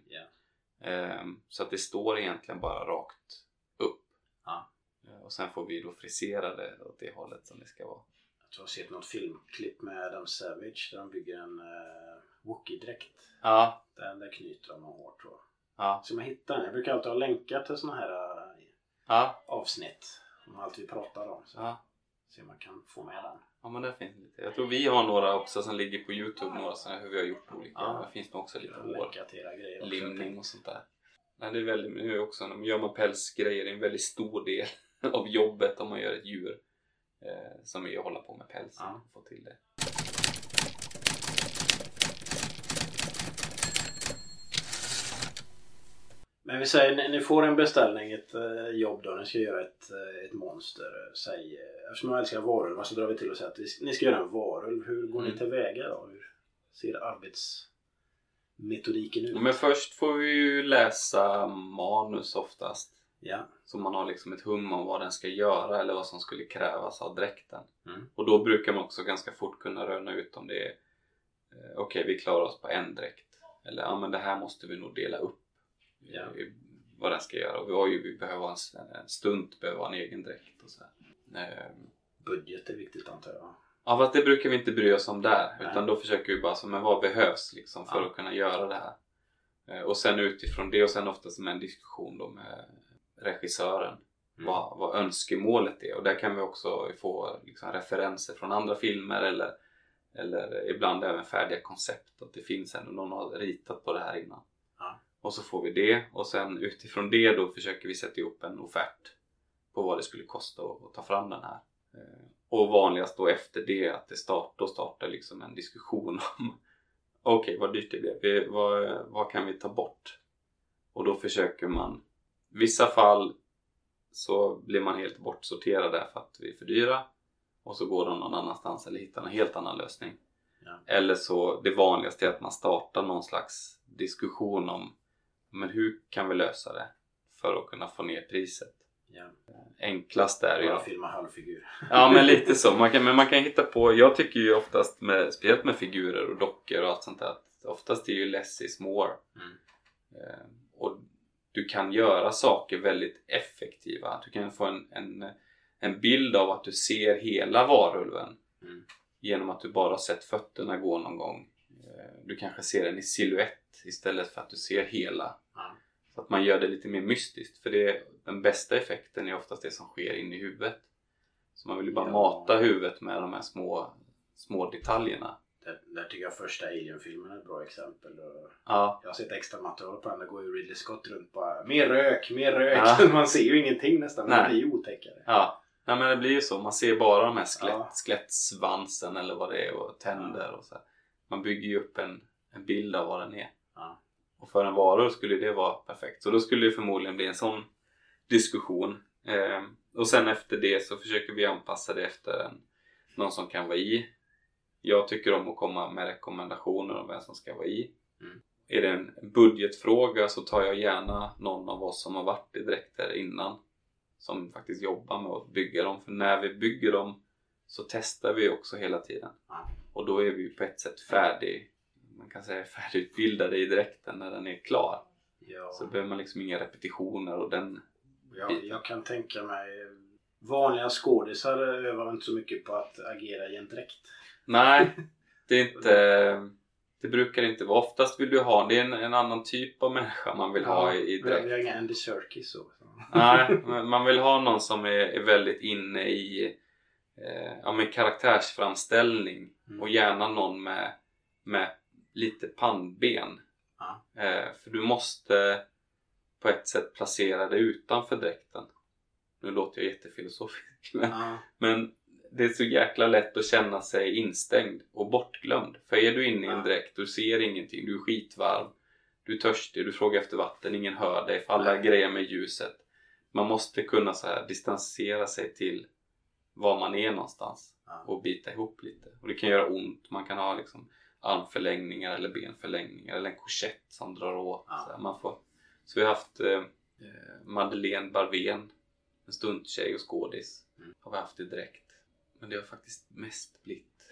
Yeah. Um, så att det står egentligen bara rakt upp. Ja. Uh, och sen får vi då frisera det åt det hållet som det ska vara. Jag tror jag har sett något filmklipp med Adam Savage där de bygger en uh, Wookie-dräkt. Ja. Där, där knyter de hårt tror jag. Ja. Så man hittar den. Jag brukar alltid ha länkar till såna här uh, ja. avsnitt. Om allt vi pratar om. Så. Ja. Så man kan få med den. Ja, men det finns lite. Jag tror vi har några också som ligger på YouTube. Några sådana här hur vi har gjort olika. Ja. Det finns nog också lite hår. Limning och sånt där. Nej, det är väldigt, nu är också när man gör man pälsgrejer. Det är en väldigt stor del av jobbet om man gör ett djur. Eh, som är att hålla på med pälsen. Ja. Få till det. Men vi säger, ni får en beställning, ett eh, jobb då, ni ska göra ett, eh, ett monster. Säg, eh, eftersom jag älskar varulvar så drar vi till och säger att vi, ni ska göra en varulv. Hur går mm. ni tillväga då? Hur ser arbetsmetodiken ut? Men först får vi ju läsa manus oftast. Ja. Så man har liksom ett hum om vad den ska göra eller vad som skulle krävas av dräkten. Mm. Och då brukar man också ganska fort kunna röna ut om det är eh, okej, vi klarar oss på en dräkt. Eller ja, men det här måste vi nog dela upp. Ja. I, vad den ska göra. Och vi, har ju, vi behöver en, en stund, behöver ha en egen dräkt och så här. Eh, Budget är viktigt antar jag. Ja, fast det brukar vi inte bry oss om där. Nej. Utan då försöker vi bara så, men vad behövs liksom för Ja. att kunna göra det här. Eh, och sen utifrån det och sen oftast med en diskussion då med regissören. Mm. Vad, vad önskemålet är. Och där kan vi också få liksom referenser från andra filmer eller, eller ibland även färdiga koncept. Att det finns ändå någon har ritat på det här innan. Ja. Och så får vi det. Och sen utifrån det då försöker vi sätta ihop en offert på vad det skulle kosta att, att ta fram den här. Eh, Och vanligast då efter det att det startar, då startar liksom en diskussion om okej, okay, vad dyrt det blev, vi, vad, vad kan vi ta bort? Och då försöker man, i vissa fall så blir man helt bortsorterad därför att vi är för dyra och så går de någon annanstans eller hittar en helt annan lösning. Ja. Eller så det vanligaste är att man startar någon slags diskussion om men hur kan vi lösa det för att kunna få ner priset. Ja. Enklast är ju Bara filma halvfigur. Ja, men lite så. Man kan, men man kan hitta på, jag tycker ju oftast med, speciellt med figurer och dockor och allt sånt där, att oftast är ju less is more. Mm. Eh, och du kan göra saker väldigt effektiva. Du kan få en, en, en bild av att du ser hela varulven Mm. genom att du bara har sett fötterna gå någon gång. Eh, du kanske ser den i silhuett istället för att du ser hela. Ja. Så att man gör det lite mer mystiskt. För det, den bästa effekten är oftast det som sker inne i huvudet. Så man vill ju bara Ja. mata huvudet med de här små, små detaljerna. Där, där tycker jag första Alien-filmen är ett bra exempel. Och Ja, jag har sett extra material på den. Där går ju Ridley Scott runt bara mer rök, mer rök. Ja. Man ser ju ingenting nästan. Men Nej. det blir ju otäckare. ja. Nej, men det blir ju så. Man ser bara de här skelett, Ja. skelettsvansen eller vad det är och tänder och så här. Man bygger ju upp en, en bild av vad den är. Ja. Och för en varor skulle det vara perfekt. Så då skulle det förmodligen bli en sån diskussion. Eh, och sen efter det så försöker vi anpassa det efter en, någon som kan vara i. Jag tycker om att komma med rekommendationer om vem som ska vara i. Mm. Är det en budgetfråga så tar jag gärna någon av oss som har varit i dräkter innan. Som faktiskt jobbar med att bygga dem. För när vi bygger dem så testar vi också hela tiden. Ja. Och då är vi på ett sätt färdig. Man kan säga färdigutbildade i dräkten när den är klar. Ja. Så behöver man liksom inga repetitioner och den... Jag, jag kan tänka mig vanliga skådisar övar inte så mycket på att agera i en dräkt. Nej, det är inte... Det brukar inte vara. Oftast vill du ha... Det är en, en annan typ av människa man vill ha i, i dräkt. Vi har inga Andy Serkis så. Nej, men man vill ha någon som är, är väldigt inne i eh, ja, men karaktärsframställning. Mm. Och gärna någon med, med lite pannben. Ja. Eh, för du måste på ett sätt placera dig utanför dräkten. Nu låter jag jättefilosofisk. Men, Ja. men det är så jäkla lätt att känna sig instängd och bortglömd. För är du inne i en Ja. dräkt, du ser ingenting, du är skitvarm. Du är törstig, du frågar efter vatten, ingen hör dig. För alla Nej. grejer med ljuset. Man måste kunna så här distansera sig till var man är någonstans. Ja. Och bita ihop lite. Och det kan göra ont. Man kan ha liksom armförlängningar eller benförlängningar. Eller en korsett som drar åt. Ja. Så, här, man får... så vi har haft eh, Madeleine Barvén. En stunttjej och skådis. Mm. Har vi haft i dräkt. Men det har faktiskt mest blivit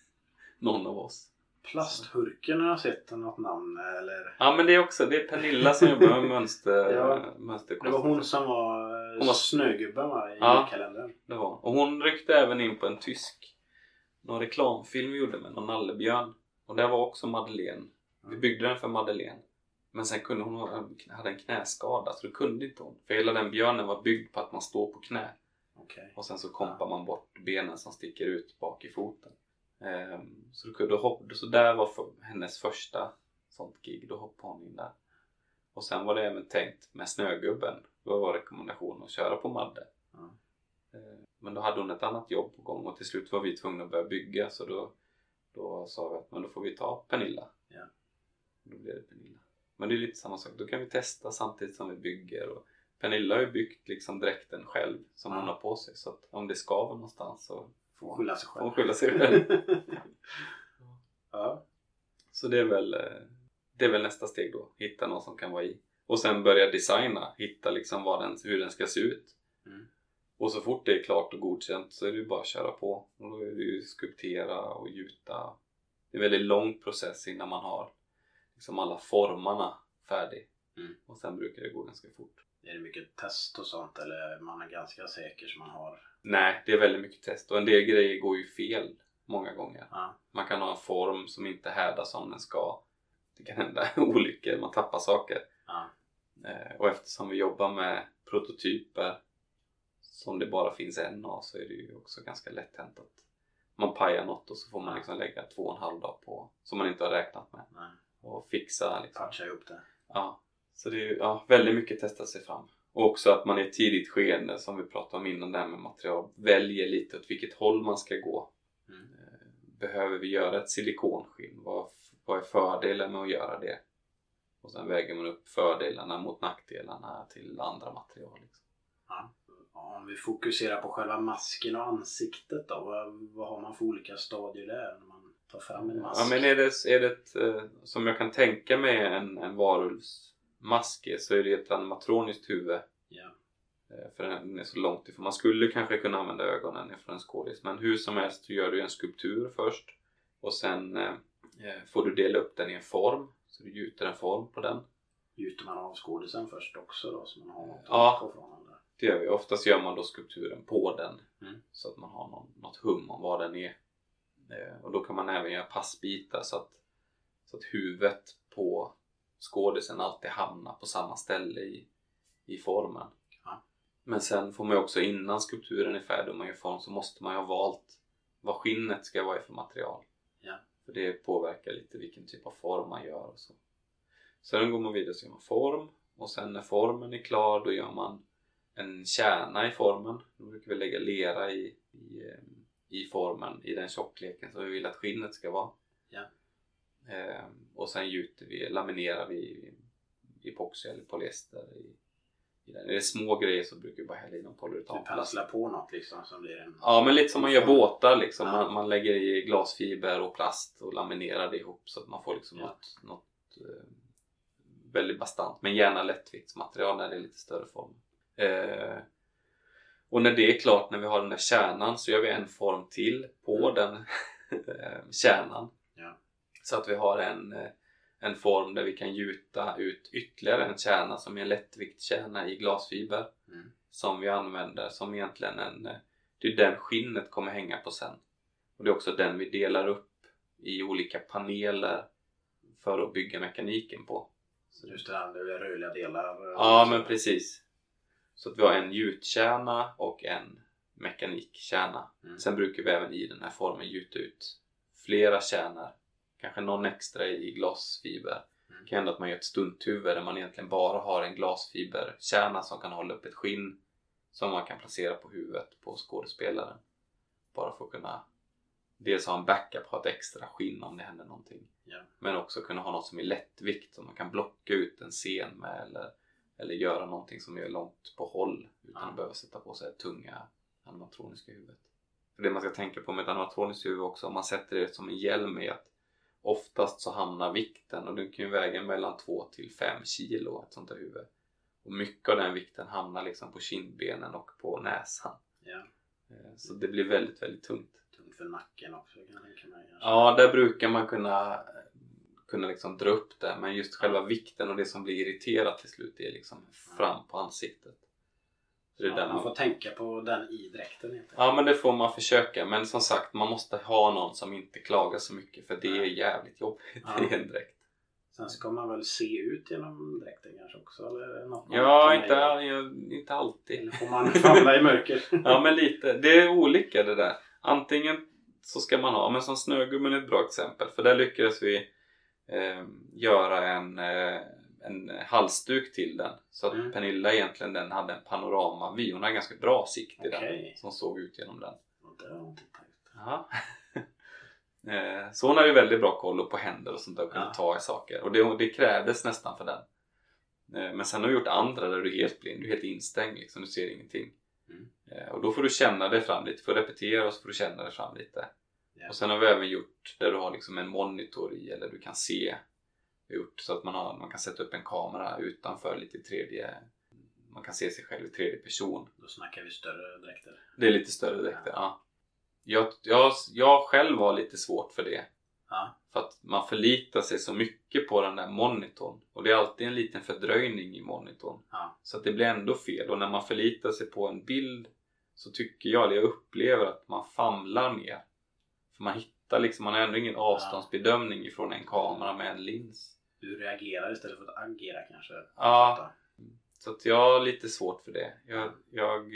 någon av oss. Plasthurken har jag sett något namn eller? Ja, men det är också, det är Pernilla som jobbar med mönster, Ja. mönsterkonst. Det var hon som var, Hon var- snögubben va, i Ja. kalendern. Det var. Och hon ryckte även in på en tysk någon reklamfilm vi gjorde med någon nallebjörn. Och där var också Madeleine. Vi byggde den för Madeleine. Men sen kunde hon ha, hade en knäskada så det kunde inte hon. För hela den björnen var byggd på att man står på knä. Okej. Och sen så kompar man bort benen som sticker ut bak i foten. Ehm, så, då, då hopp, så där var för, hennes första sånt gig. Då hoppade hon in där. Och sen var det även tänkt med snögubben. Då var rekommendationen att köra på Madde. Ja. Ehm, men då hade hon ett annat jobb på gång. Och till slut var vi tvungna att börja bygga. Så då, då sa vi att men då får vi ta Pernilla. Ja. Och då blev det Pernilla. Men det är lite samma sak. Då kan vi testa samtidigt som vi bygger. Och Pernilla har ju byggt liksom dräkten själv som Ja. hon har på sig. Så att om det skaver någonstans så Får hon skylla sig får själv. hon skylla sig själv. Ja. Så det är väl, eh, det är väl nästa steg då. Hitta någon som kan vara i. Och sen börja designa, hitta liksom vad den, hur den ska se ut. Mm. Och så fort det är klart och godkänt så är det ju bara att köra på. Och då är det ju skulptera och gjuta. Det är en väldigt lång process innan man har liksom alla formarna färdig. Mm. Och sen brukar det gå ganska fort. Är det mycket test och sånt eller man är ganska säker som man har? Nej, det är väldigt mycket test. Och en del grejer går ju fel många gånger. Ja. Man kan ha en form som inte härdar som den ska. Det kan hända olyckor, man tappar saker. Ja. Eh, och eftersom vi jobbar med prototyper som det bara finns en av så är det ju också ganska lätt hänt att man pajar något och så får man liksom lägga två och en halv dag på som man inte har räknat med. Nej. Och fixa liksom. Patcha upp det. Ja, så det är ju ja, väldigt mycket testa sig fram. Och också att man i ett tidigt skede, som vi pratade om innan där med material, väljer lite åt vilket håll man ska gå. Mm. Behöver vi göra ett silikonskinn? Vad, vad är fördelen med att göra det? Och sen väger man upp fördelarna mot nackdelarna till andra material. Liksom. Ja. Om vi fokuserar på själva masken och ansiktet då, vad, vad har man för olika stadier där när man tar fram en mask? Ja, men är det, är det ett, eh, som jag kan tänka mig en, en varulvsmask är, så är det ett animatroniskt huvud. Ja. Eh, för den är så långt ifrån. Man skulle kanske kunna använda ögonen ifrån en skådis. Men hur som helst så gör du en skulptur först. Och sen eh, får du dela upp den i en form. Så du gjuter en form på den. Gjuter man av skådisen först också då så man har något Ja. att få från den där? Det gör vi. Oftast gör man då skulpturen på den. Mm. Så att man har någon, något hum om vad den är. Eh, och då kan man även göra passbitar så att, så att huvudet på skådisen alltid hamnar på samma ställe i, i formen. Ja. Men sen får man ju också, innan skulpturen är färdig och man gör form, så måste man ju ha valt vad skinnet ska vara i för material. Ja. För det påverkar lite vilken typ av form man gör och så. Sen går man vidare och gör man form. Och sen när formen är klar då gör man en kärna i formen. Då brukar vi lägga lera i, i, i formen, i den tjockleken som vi vill att skinnet ska vara. Ja. Eh, och sen gjuter vi, laminerar vi i, i epoxy eller polyester i, i den. Är det små grejer så brukar vi bara hälla i någon Du polyuretanplast. penslar på något liksom som blir en... Ja, men lite som man gör båtar liksom. Ja. Man, man lägger i glasfiber och plast och laminerar det ihop så att man får liksom Ja. något, något eh, väldigt bastant, men gärna lättviktsmaterial när det är lite större form. Eh, och när det är klart, när vi har den där kärnan, så gör vi en form till på den kärnan. Ja. Så att vi har en, en form där vi kan gjuta ut ytterligare en kärna som är en lättviktskärna i glasfiber. Mm. Som vi använder som egentligen en, det är den skinnet kommer hänga på sen. Och det är också den vi delar upp i olika paneler för att bygga mekaniken på. Så just det här, det är rörliga delar. Ja, men precis. Så att vi har en gjutkärna och en mekanikkärna. Mm. Sen brukar vi även i den här formen gjuta ut flera kärnor. Kanske någon extra i glasfiber. Mm. Det kan hända att man gör ett stunthuvud där man egentligen bara har en glasfiberkärna som kan hålla upp ett skinn som man kan placera på huvudet på skådespelaren. Bara för att kunna dels ha en backup, ha ett extra skinn om det händer någonting. Ja. Men också kunna ha något som är lättvikt som man kan blocka ut en scen med eller, eller göra någonting som är långt på håll utan Ja. att behöva sätta på sig tunga animatroniska huvudet. För det man ska tänka på med ett animatroniskt huvud också, om man sätter det som en hjälm, är att oftast så hamnar vikten, och den kan ju väga mellan två till fem kilo ett sånt här huvud. Och mycket av den vikten hamnar liksom på kindbenen och på näsan. Ja. Så det blir väldigt, väldigt tungt. Tungt för nacken också kan jag tänka mig. Ja, där brukar man kunna, kunna liksom dra upp det. Men just själva vikten och det som blir irriterat till slut är liksom fram på ansiktet. Så det är Ja, där man man får tänka på den i dräkten egentligen. Ja, men det får man försöka. Men som sagt, man måste ha någon som inte klagar så mycket. För det är jävligt jobbigt Ja. i en dräkt. Sen ska man väl se ut genom dräkten kanske också? Eller något man Ja, kan inte, göra? inte alltid. Eller får man famla i mörker? Ja, men lite. Det är olika det där. Antingen så ska man ha, men som Snögummen är ett bra exempel. För där lyckades vi eh, göra en, eh, en halsduk till den. Så att Mm. Pernilla egentligen den hade en panoramavy. Hon har ganska bra sikt i Okej. den. Som såg ut genom den. Och det har jag inte tagit. Ja. eh, så hon hade ju väldigt bra koll på händer och sånt där och kunde Ja. ta i saker. Och det, det krävdes nästan för den. Eh, men sen har vi gjort andra där du är helt blind. Du är helt instängd liksom. Du ser ingenting. Mm. Eh, och då får du känna dig fram lite. Får repetera och så får du känna dig fram lite. Ja. Och sen har vi även gjort där du har liksom en monitor i. Eller du kan se gjort så att man, har, man kan sätta upp en kamera utanför lite i tredje. Man kan se sig själv i tredje person. Då snackar vi större dräkter. Det är lite större dräkter, ja. Jag, jag, jag själv var lite svårt för det. Ja. För att man förlitar sig så mycket på den där monitorn. Och det är alltid en liten fördröjning i monitorn. Ja. Så att det blir ändå fel. Och när man förlitar sig på en bild så tycker jag, eller jag upplever att man famlar mer. För man hittar liksom, man har ändå ingen avståndsbedömning ifrån en kamera med en lins. Du reagerar istället för att agera kanske. Ja. Så att jag har lite svårt för det. Jag, jag,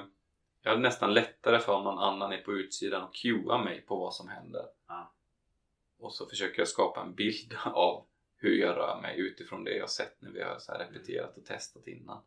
jag har nästan lättare för om någon annan är på utsidan och cuear mig på vad som händer. Ja. Och så försöker jag skapa en bild av hur jag rör mig utifrån det jag sett när vi har så här repeterat och testat innan.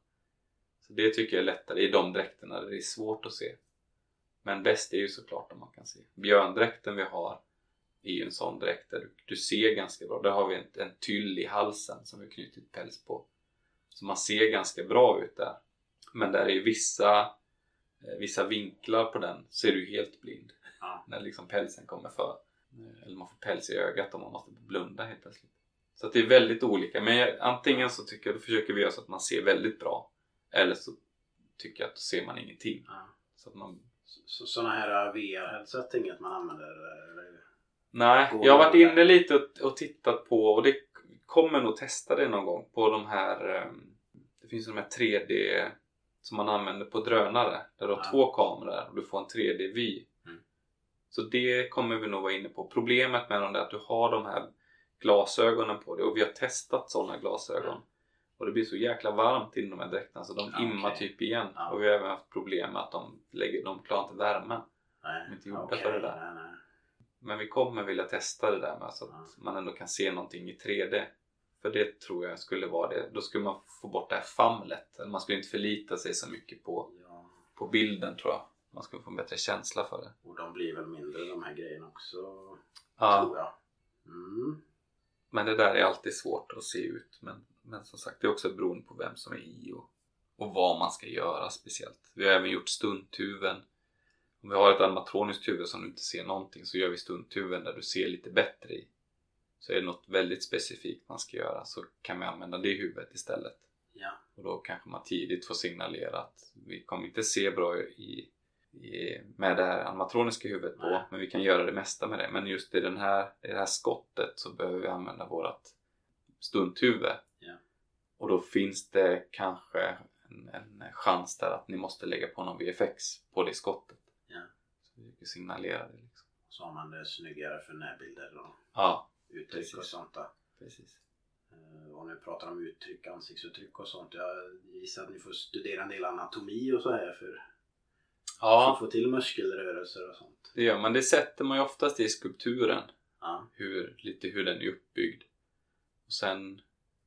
Så det tycker jag är lättare i de dräkterna där det är svårt att se. Men bäst är ju såklart om man kan se. Björndräkten vi har är ju en sån dräkt där du, du ser ganska bra. Där har vi en, en tyll i halsen som vi har knutit päls på. Så man ser ganska bra ut där. Men där är vissa, eh, vissa vinklar på den så är du helt blind. Ja. När liksom pälsen kommer för. Eller man får päls i ögat om man måste blunda helt plötsligt. Så att det är väldigt olika. Men jag, antingen så tycker jag, då försöker vi göra så att man ser väldigt bra. Eller så tycker jag att då ser man ingenting. Ja. Så att man... Så, sådana här V R-headset, inget man använder? Eller? Nej, jag har varit inne lite och, och tittat på, och det kommer nog testa det någon gång, på de här, det finns de här tre D som man använder på drönare. Där du har ja. två kameror och du får en tre D-vy. Mm. Så det kommer vi nog vara inne på. Problemet med dem är att du har de här glasögonen på dig, och vi har testat sådana glasögon. Mm. Och det blir så jäkla varmt inom de här dräkterna så de ja, immar okay. typ igen. Ja. Och vi har även haft problem med att de, lägger, de klarar inte värmen. Nej. De är inte gjorda okay. för det där. Nej, nej. Men vi kommer vilja testa det där med så att ja. man ändå kan se någonting i tre D. För det tror jag skulle vara det. Då skulle man få bort det här famlet. Eller man skulle inte förlita sig så mycket på, ja. på bilden, tror jag. Man skulle få en bättre känsla för det. Och de blir väl mindre, de här grejerna också, ja. tror jag. Mm. Men det där är alltid svårt att se ut. Men, men som sagt, det är också beroende på vem som är i och, och vad man ska göra speciellt. Vi har även gjort stunthuven. Om vi har ett animatroniskt huvud som du inte ser någonting, så gör vi stunthuven där du ser lite bättre i. Så är det något väldigt specifikt man ska göra, så kan vi använda det huvudet istället. Ja. Och då kanske man tidigt får signalera att vi kommer inte se bra i, i, med det här animatroniska huvudet på. Nej. Men vi kan göra det mesta med det. Men just i, den här, i det här skottet så behöver vi använda vårt stunthuvud. Ja. Och då finns det kanske en, en chans där att ni måste lägga på någon V F X på det skottet. Ja. Så vi kan signalera det liksom. Så har man det snyggare för närbilder och ja, uttryck precis. Och sånt där. Precis. Uh, och nu pratar om uttryck, ansiktsuttryck och sånt. Jag gissar att ni får studera en del anatomi och så här för, ja. för att få till muskelrörelser och sånt. Det gör man. Det sätter man ju oftast i skulpturen. Ja. Hur, lite hur den är uppbyggd. Och sen,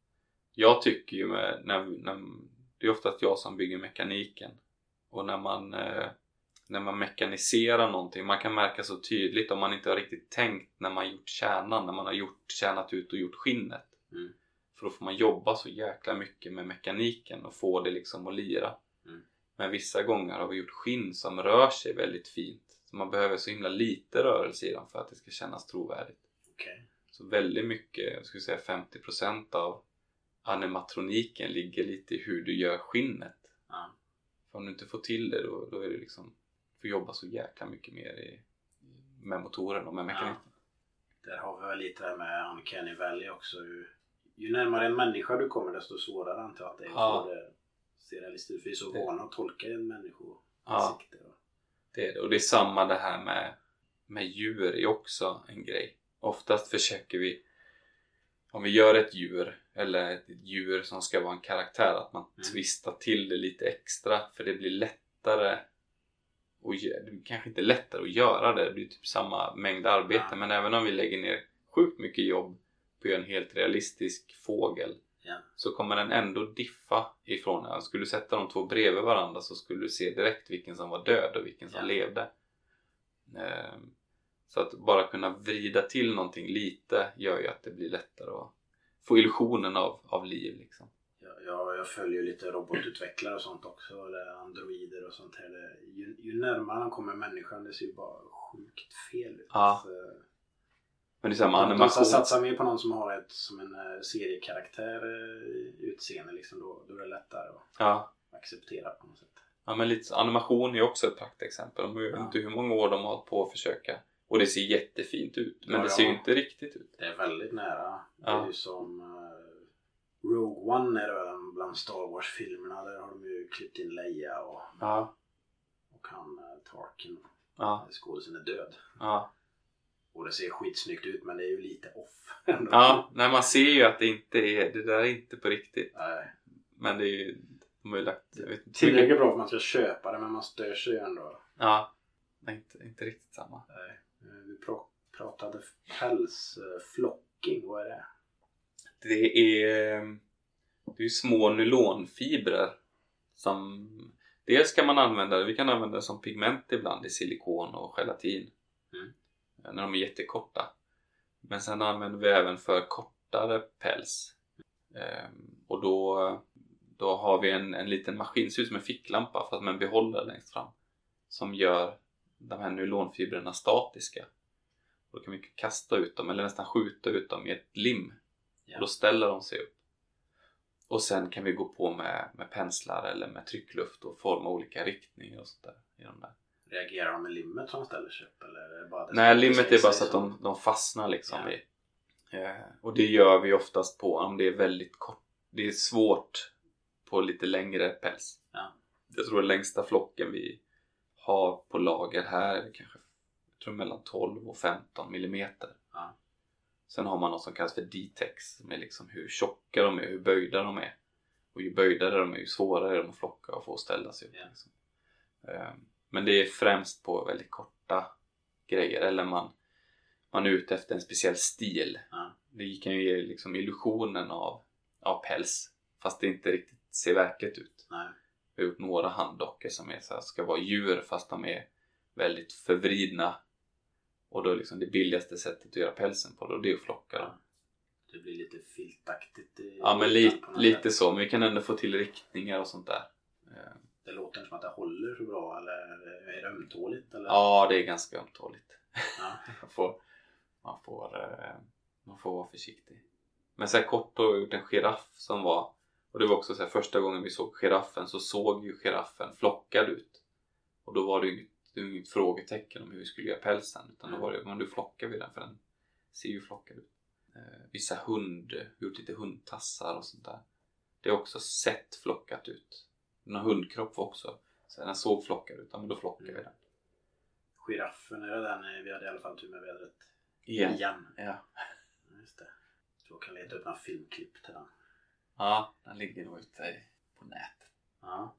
jag tycker ju med, när, när, det är oftast jag som bygger mekaniken. Och när man... Eh, när man mekaniserar någonting, man kan märka så tydligt om man inte har riktigt tänkt när man gjort kärnan, när man har gjort, kärnat ut och gjort skinnet. Mm. För då får man jobba så jäkla mycket med mekaniken och få det liksom att lira. Mm. Men vissa gånger har vi gjort skinn som rör sig väldigt fint. Så man behöver så himla lite rörelse i dem för att det ska kännas trovärdigt. Okay. Så väldigt mycket, jag skulle säga femtio procent av animatroniken ligger lite i hur du gör skinnet. Mm. För om du inte får till det då, då är det liksom... får jobba så jäkla mycket mer i, med motoren och med mekaniken. Ja. Där har vi väl lite där med Uncanny Valley också. Ju, ju närmare en människa du kommer desto svårare antar jag att det är. Ja. Det ser realistiskt ut. Vi är så vana att tolka en människo. Ja, det är det. Och det är samma det här med, med djur är också en grej. Oftast försöker vi, om vi gör ett djur eller ett djur som ska vara en karaktär, att man mm. twistar till det lite extra för det blir lättare. Och det kanske inte är lättare att göra det. Det blir typ samma mängd arbete. Ja. Men även om vi lägger ner sjukt mycket jobb på att göra en helt realistisk fågel. Ja. Så kommer den ändå diffa ifrån den. Skulle du sätta de två bredvid varandra så skulle du se direkt vilken som var död och vilken som ja. levde. Ehm, så att bara kunna vrida till någonting lite gör ju att det blir lättare att få illusionen av, av liv liksom. Ja, jag följer lite robotutvecklare och sånt också, eller androider och sånt här. Ju, ju närmare man kommer människan, det ser ju bara sjukt fel ut. Ja. Men det är samma De animation. satsar mer på någon som har ett som en uh, seriekaraktär uh, utseende liksom, då, då är det lättare att Ja. acceptera på något sätt. Ja, men lite animation är också ett praktexempel. De vet Ja. inte hur många år de har hållit på att försöka. Och det ser jättefint ut. Men Ja, det ser ju ja. inte riktigt ut. Det är väldigt nära. Det Ja. är ju som uh, Rogue One är det väl bland Star Wars-filmerna. Där har de ju klippt in Leia och, Ja. och han uh, Tarkin. Ja. Skådisen är död. Ja. Och det ser skitsnyggt ut, men det är ju lite off ändå. Ja. Nej, man ser ju att det inte är... Det där är inte på riktigt. Nej. Men det är ju... De har ju lagt... Jag vet inte. Tillräckligt bra för att man ska köpa det, men man stör sig ändå. Ja. Nej, inte, inte riktigt samma. Nej. Uh, vi pr- pratade pälsflocking. Uh, Vad är det? Det är... Det är ju små nylonfibrer. Som... Dels kan man använda det. Vi kan använda det som pigment ibland i silikon och gelatin. Mm. När de är jättekorta. Men sen använder vi även för kortare päls. Ehm, och då, då har vi en, en liten maskin, ser ut som en ficklampa fast med en behållare längst fram. Som gör de här nylonfibrerna statiska. Och då kan vi kasta ut dem eller nästan skjuta ut dem i ett lim. Ja. Och då ställer de sig upp. Och sen kan vi gå på med, med penslar eller med tryckluft och forma olika riktningar och sånt där i de där. Reagerar de med limmet som ställer sig upp? Eller är det bara det Nej, som limmet säger är bara sig så att som- de, de fastnar liksom Ja. i. Eh, och det gör vi oftast på om det är väldigt kort. Det är svårt på lite längre päls. Ja. Jag tror den längsta flocken vi har på lager här är kanske jag tror mellan tolv och femton millimeter. Ja. Sen har man något som kallas för D-tex som är liksom hur tjocka de är, hur böjda de är. Och ju böjdare de är, ju svårare är de att flocka och få ställa sig upp. Ja. Liksom. Eh, men det är främst på väldigt korta grejer eller man, man är ute efter en speciell stil. Ja. Det kan ju ge liksom illusionen av, av päls fast det inte riktigt ser verkligt ut. Nej. Vi har gjort några handdockor som är så här, ska vara djur fast de är väldigt förvridna och då är liksom det billigaste sättet att göra pälsen på då, det är att flocka dem. Det blir lite filtaktigt. I Ja, men ytan li, på något lite sätt. så, men vi kan ändå få till riktningar och sånt där. Eh, Det låter inte som att det håller så bra, eller är det ömtåligt? Eller? Ja, det är ganska ömtåligt. Ja. Man får, man får, eh, man får vara försiktig. Men så här kort har jag gjort en giraff som var, och det var också så här, första gången vi såg giraffen så såg ju giraffen flockad ut. Och då var det ju inget, det var inget frågetecken om hur vi skulle göra pälsen. Utan då var det, men du flockar vi den för den ser ju flockad ut. Eh, vissa hund, gjort lite hundtassar och sånt där. Det är också sett flockat ut. Den har hundkropp också. Så den såg flockad ut, ja, men då flockar vi den. Giraffen, är det den vi hade i alla fall tur med vädret? Igen. Igen. Ja. Just det. Så jag kan leta upp några filmklipp till den. Ja, den ligger nog ute på nätet. Ja.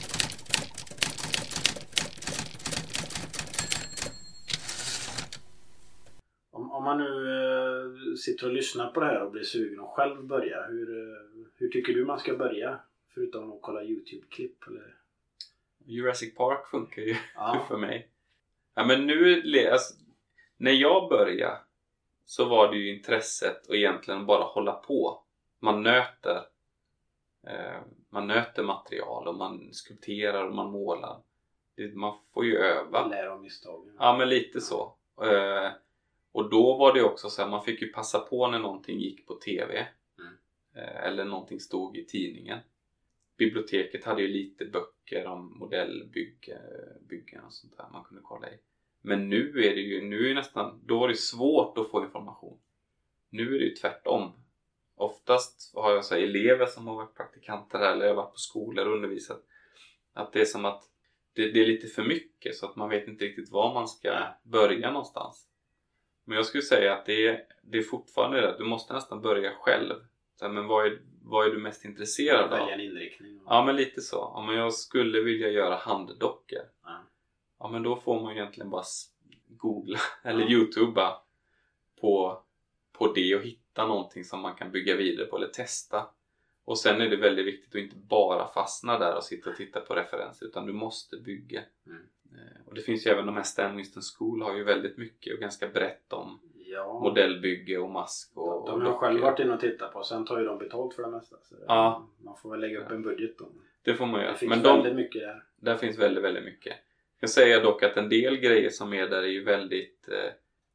Om, om man nu eh, sitter och lyssnar på det här och blir sugen och själv börja, hur, eh, hur tycker du man ska börja? Förutom att kolla YouTube-klipp eller? Jurassic Park funkar ju Ja. för mig. Ja, men nu, alltså, när jag började så var det ju intresset och egentligen bara hålla på. Man nöter. Eh, man nöter material och man skulpterar och man målar. Det, man får ju öva. Lära om misstagen. Ja, men lite så. Eh, och då var det också så att man fick ju passa på när någonting gick på tv. Mm. Eh, eller någonting stod i tidningen. Biblioteket hade ju lite böcker om modellbyggen och sånt där man kunde kolla i. Men nu är det ju, nu är det nästan, då var det svårt att få information. Nu är det ju tvärtom. Oftast har jag så här, elever som har varit praktikanter här, eller jag har varit på skolor och undervisat. Att det är som att det, det är lite för mycket så att man vet inte riktigt var man ska börja någonstans. Men jag skulle säga att det är, det är fortfarande det. Du måste nästan börja själv. Så här, men vad är, vad är du mest intresserad av? Välja en inriktning. Ja, men lite så. Om jag skulle vilja göra handdockor. Ja. Ja, men då får man egentligen bara googla eller Ja. YouTuba på, på det och hitta någonting som man kan bygga vidare på eller testa. Och sen är det väldigt viktigt att inte bara fastna där och sitta och titta på referenser utan du måste bygga. Mm. Eh, Och det finns ju även de här Stan Winston School har ju väldigt mycket och ganska brett om Ja. modellbygge och mask och, De och har jag själv dockor. varit inne och tittat på. Sen tar ju de betalt för det mesta. Så det, Ja. Man får väl lägga upp en budget då. Det får man göra. Det finns Men väldigt de, mycket där. där finns väldigt, väldigt mycket. Jag kan säga dock att en del grejer som är där är ju väldigt... Eh,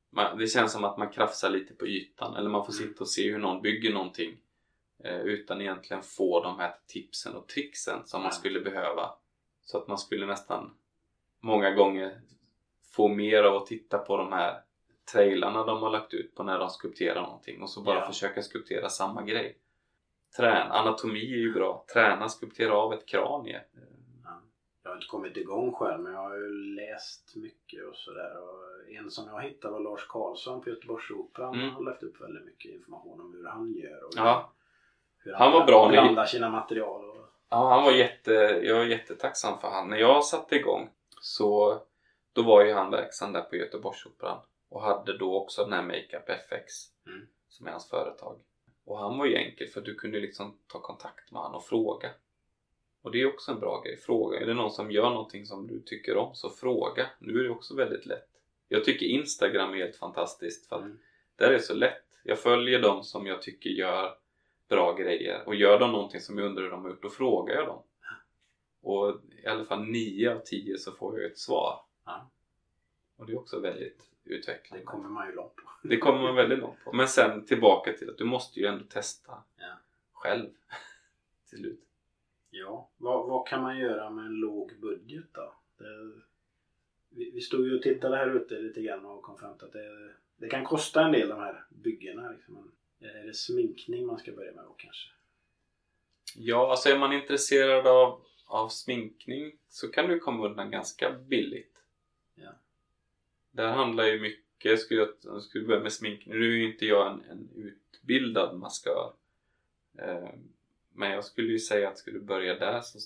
man, det känns som att man krafsar lite på ytan. Eller man får mm. sitta och se hur någon bygger någonting. Eh, utan egentligen få de här tipsen och tricksen som mm. man skulle behöva. Så att man skulle nästan många gånger få mer av att titta på de här trailarna de har lagt ut på när de skulpterar någonting. Och så bara ja. försöka skulptera samma grej. Trän, anatomi är ju bra. Träna, skulptera av ett kranie. Ja. Jag har inte kommit igång själv, men jag har ju läst mycket och sådär. Och en som jag hittade var Lars Karlsson på Göteborgsoperan. Han mm. har lagt upp väldigt mycket information om hur han gör. Och ja. hur han, han var bra blandar sina material. Och... Ja, han var jätte, jag är jättetacksam för han. När jag satte igång så då var ju han verksam där på Göteborgsoperan. Och hade då också den här Makeup F X mm. som är hans företag. Och han var ju enkel för du kunde liksom ta kontakt med han och fråga. Och det är också en bra grej. Fråga. Är det någon som gör någonting som du tycker om så fråga. Nu är det också väldigt lätt. Jag tycker Instagram är helt fantastiskt för att mm. där är det så lätt. Jag följer dem som jag tycker gör bra grejer. Och gör de någonting som jag undrar hur de har gjort, då frågar jag dem. Och i alla fall nio av tio så får jag ett svar. Ja. Och det är också väldigt utvecklande. Det kommer man ju långt på. Det kommer man väldigt långt på. Men sen tillbaka till att du måste ju ändå testa ja. själv till slut. Ja, vad, vad kan man göra med en låg budget då? Det, vi, vi stod ju och tittade här ute lite grann och kom fram till att det, det kan kosta en del de här byggena. Liksom. Är det sminkning man ska börja med då kanske? Ja, alltså är man intresserad av, av sminkning så kan du komma undan ganska billigt. Ja. Där handlar ju mycket, skulle jag skulle börja med sminkning. Nu är ju inte jag en, en utbildad maskör. Eh, men jag skulle ju säga att skulle du börja där så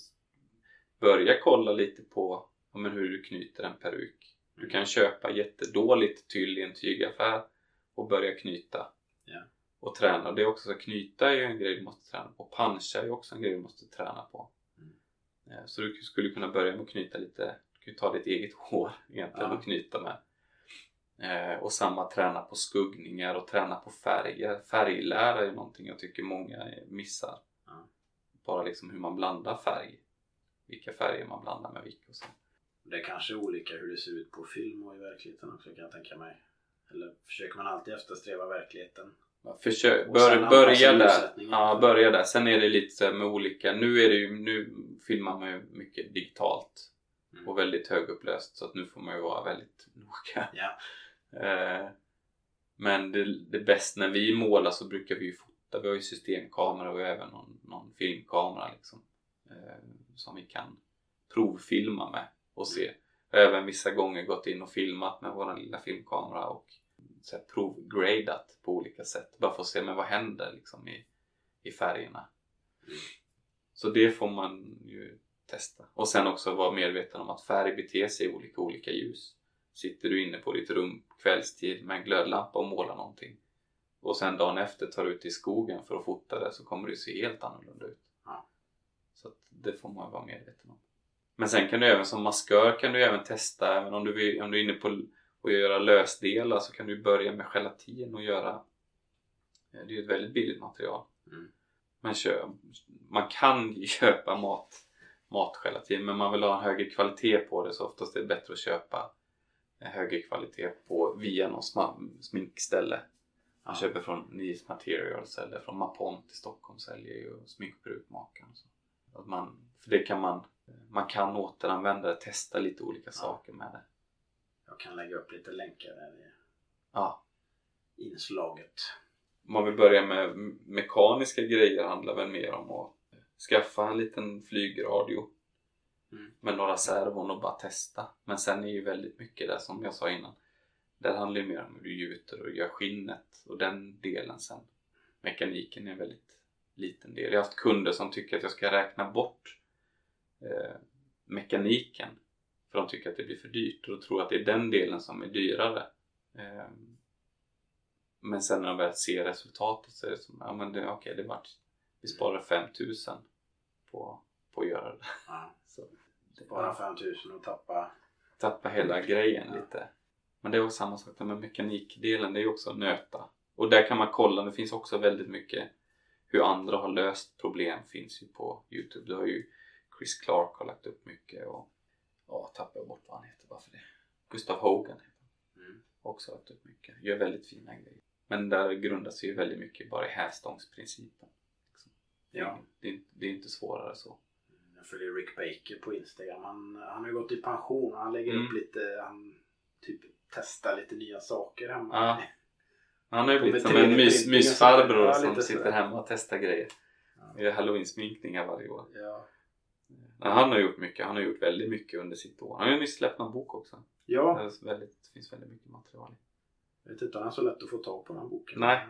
börja kolla lite på ja, men hur du knyter en peruk. Du kan köpa jättedåligt tyll i en tygaffär och börja knyta. Ja. Och träna. Det är också så att knyta är ju en grej du måste träna på. Panscha är också en grej du måste träna på. Mm. Så du skulle kunna börja med att knyta lite. Du kan ta ditt eget hår egentligen ja. och knyta med. Eh, och samma träna på skuggningar och träna på färger. Färglära är någonting jag tycker många missar. Ja. Bara liksom hur man blandar färg. Vilka färger man blandar med vilka och så. Det är kanske olika hur det ser ut på film och i verkligheten också kan jag tänka mig. Eller försöker man alltid eftersträva verkligheten? Försök, bör, börja där. Ja, börja där. Sen är det lite med olika. Nu är det ju, nu filmar man ju mycket digitalt. Mm. Och väldigt högupplöst. Så att nu får man ju vara väldigt noga. Ja. Eh, men det, det bästa när vi målar så brukar vi ju fota. Vi har ju systemkamera och även någon, någon filmkamera liksom. Eh, som vi kan provfilma med och se. Mm. Även vissa gånger gått in och filmat med våran lilla filmkamera och så här, provgradat på olika sätt. Bara för att se men vad händer liksom i, i färgerna. Mm. Så det får man ju testa. Och sen också vara medveten om att färg beter sig i olika, olika ljus. Sitter du inne på ditt rum kvällstid med en glödlampa och målar någonting. Och sen dagen efter tar du ut i skogen för att fota det så kommer det se helt annorlunda ut. Ja. Så att det får man vara medveten om. Men sen kan du även som maskör kan du även testa. Även om du, vill, om du är inne på att göra lösdelar så kan du börja med gelatin och göra. Det är ju ett väldigt billigt material. Mm. Men köp, man kan ju köpa mat, matgelatin. Men man vill ha en högre kvalitet på det. Så oftast är det bättre att köpa en högre kvalitet på via någon sminkställe. Man ja. köper från Nice Materials eller från Mapont i Stockholm säljer ju sminkbrukmakaren. Att man, för det kan man, man kan återanvända det, testa lite olika ja. saker med det. Jag kan lägga upp lite länkar där i ja. inslaget. Om man vill börja med mekaniska grejer handlar väl mer om att skaffa en liten flygradio mm. med några servon och bara testa. Men sen är ju väldigt mycket där som jag sa innan. Där handlar det mer om hur du gjuter och gör skinnet och den delen sen. Mekaniken är en väldigt liten del. Jag har haft kunder som tycker att jag ska räkna bort eh, mekaniken. För de tycker att det blir för dyrt och tror att det är den delen som är dyrare. Eh, men sen när de väl ser resultatet så är det som, ja men det, okej okay, det vart, vi sparar fem tusen på, på att göra det. Ja. Så, det Spara fem tusen och tappa... Tappa hela grejen ja. lite. Men det är också samma sak med mekanikdelen, det är också nöta. Och där kan man kolla, det finns också väldigt mycket hur andra har löst problem finns ju på YouTube. Du har ju Chris Clark har lagt upp mycket och ja, tappar bort vad han heter bara för det. Gustav Hogan heter mm. också varit upp mycket. Gör väldigt fina grejer. Men där grundas ju väldigt mycket bara i hävstångsprincipen. Liksom. Ja. Det, är, det är inte svårare så. Jag följer Rick Baker på Instagram. Han, han har ju gått i pension och han lägger Mm. upp lite, han typ testar lite nya saker hemma. Ja. Han har ju På blivit som tre D en mys, printing och mysfarbror ja, som lite sitter sådär. hemma och testar grejer. Ja. Gör halloween-sminkningar varje år. Ja. Ja, han har gjort mycket. Han har gjort väldigt mycket under sitt år. Han har ju nyss släppt en bok också. Ja. Det, är väldigt, det finns väldigt mycket material i. Jag vet inte om det är så lätt att få tag på den boken. Nej.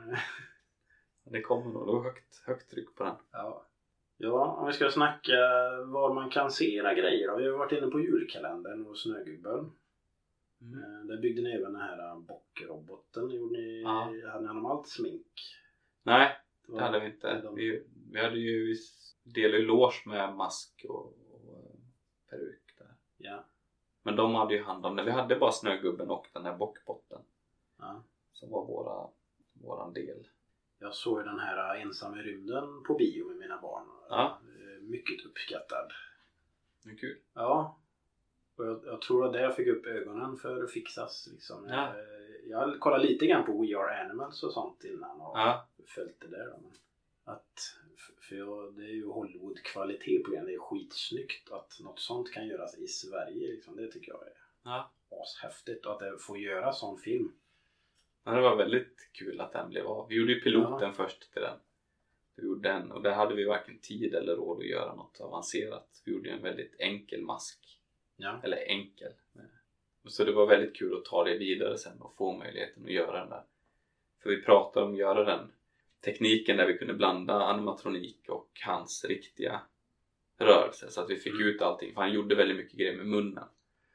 Det kommer nog. Det var högt, högt tryck på den. Ja. Ja, om vi ska snacka var man kan se era grejer då. Vi har varit inne på julkalendern och Snögubben. Mm. Eh, Där byggde ni även den här bockroboten. Gjorde ni, Ja. hade ni honom allt smink? Nej, Det det var- hade vi inte. de- Vi, vi hade ju vi delade ju loge med mask och, och peruk där. Ja. Men de hade ju hand om det. Vi hade bara Snögubben och den här bockbotten. Ja. Som var våra, våran del. Jag såg ju den här Ensam i rymden på bio med mina barn. Ja. Eh, Mycket uppskattad. Det är kul. Ja. Och jag, jag tror att det jag fick upp ögonen för Fixas. Liksom. Ja. Eh, Jag kollade lite grann på We Are Animals och sånt innan. Och Ja. följt det där. Då. Men att, för jag, det är ju Hollywood-kvalitet på det. Det är skitsnyggt att något sånt kan göras i Sverige. Liksom. Det tycker jag är Ja. ashäftigt. Och att det får göra sån film. Men det var väldigt kul att den blev av. Vi gjorde ju piloten Ja. först till den. Vi gjorde den och där hade vi varken tid eller råd att göra något avancerat. Vi gjorde en väldigt enkel mask. Ja. Eller enkel. Så det var väldigt kul att ta det vidare sen och få möjligheten att göra den där. För vi pratade om att göra den tekniken där vi kunde blanda animatronik och hans riktiga rörelse. Så att vi fick Mm. ut allting. För han gjorde väldigt mycket grejer med munnen.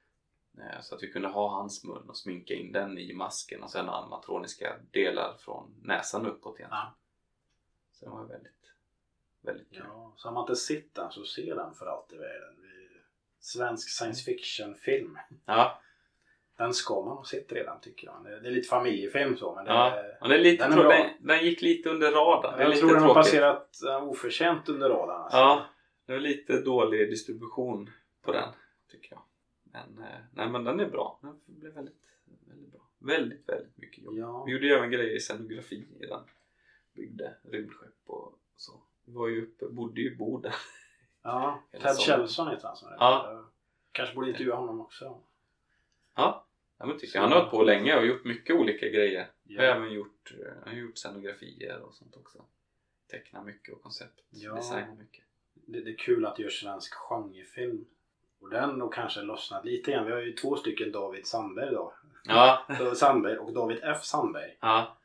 Eh, Så att vi kunde ha hans mun och sminka in den i masken. Och sen animatroniska delar från näsan uppåt igen. Ja. Så det var väldigt, väldigt kul. Ja, så har man inte sett den så ser den för allt i världen. Vi- Svensk science fiction film. Ja, Den ska man ha sett redan tycker jag. Det det är lite familjefilm så men det ja. är, Och det är lite, den är tror bra. den, den gick lite under radarn. Det är jag lite tror den har tråkigt. passerat uh, oförtjänt under radarn. Alltså. Ja, det var lite dålig distribution på den tycker jag. Men, eh, nej, men den är bra. Den blev väldigt, väldigt bra. Väldigt, väldigt mycket jobb. Ja. Vi gjorde ju även grejer i scenografi i den. Byggde rymdskepp och så. Vi var ju uppe, bodde ju i Boden. Ja, Eller Ted så. Kjellson heter han som är det. Ja. Jag kanske borde intervjua honom också. Ja, ja men tycker jag. Han har hållit på länge och gjort mycket olika grejer. Jag har Ja. även gjort, eh, jag har gjort scenografier och sånt också. Teckna mycket och koncept. Ja. Designa mycket. Det, det är kul att göra svensk genrefilm. Och den har kanske lossnat lite grann. Vi har ju två stycken David Sandberg då. Ja, David Sandberg och David F. Sandberg. ja,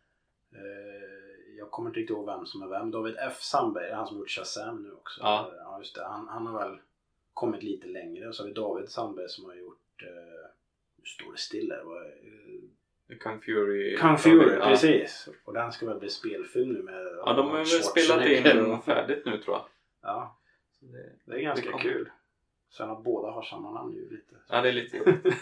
Eh, jag kommer inte riktigt ihåg vem som är vem. David F. Sandberg är han som gjort Shazam nu också. Ja. Ja just det. Han, han har väl kommit lite längre. Och så har vi David Sandberg som har gjort... Eh, nu står det stilla. Det var, eh, Kung Fury. Kung Fury, ja. precis. Och den ska väl bli spelfilm nu med... Ja, de har väl spelat Schwarzenegger. in färdigt nu tror jag. Ja, Så det, det är ganska det kommer. kul. Sen att båda har samma namn ju lite. Ja, det är lite jobbigt.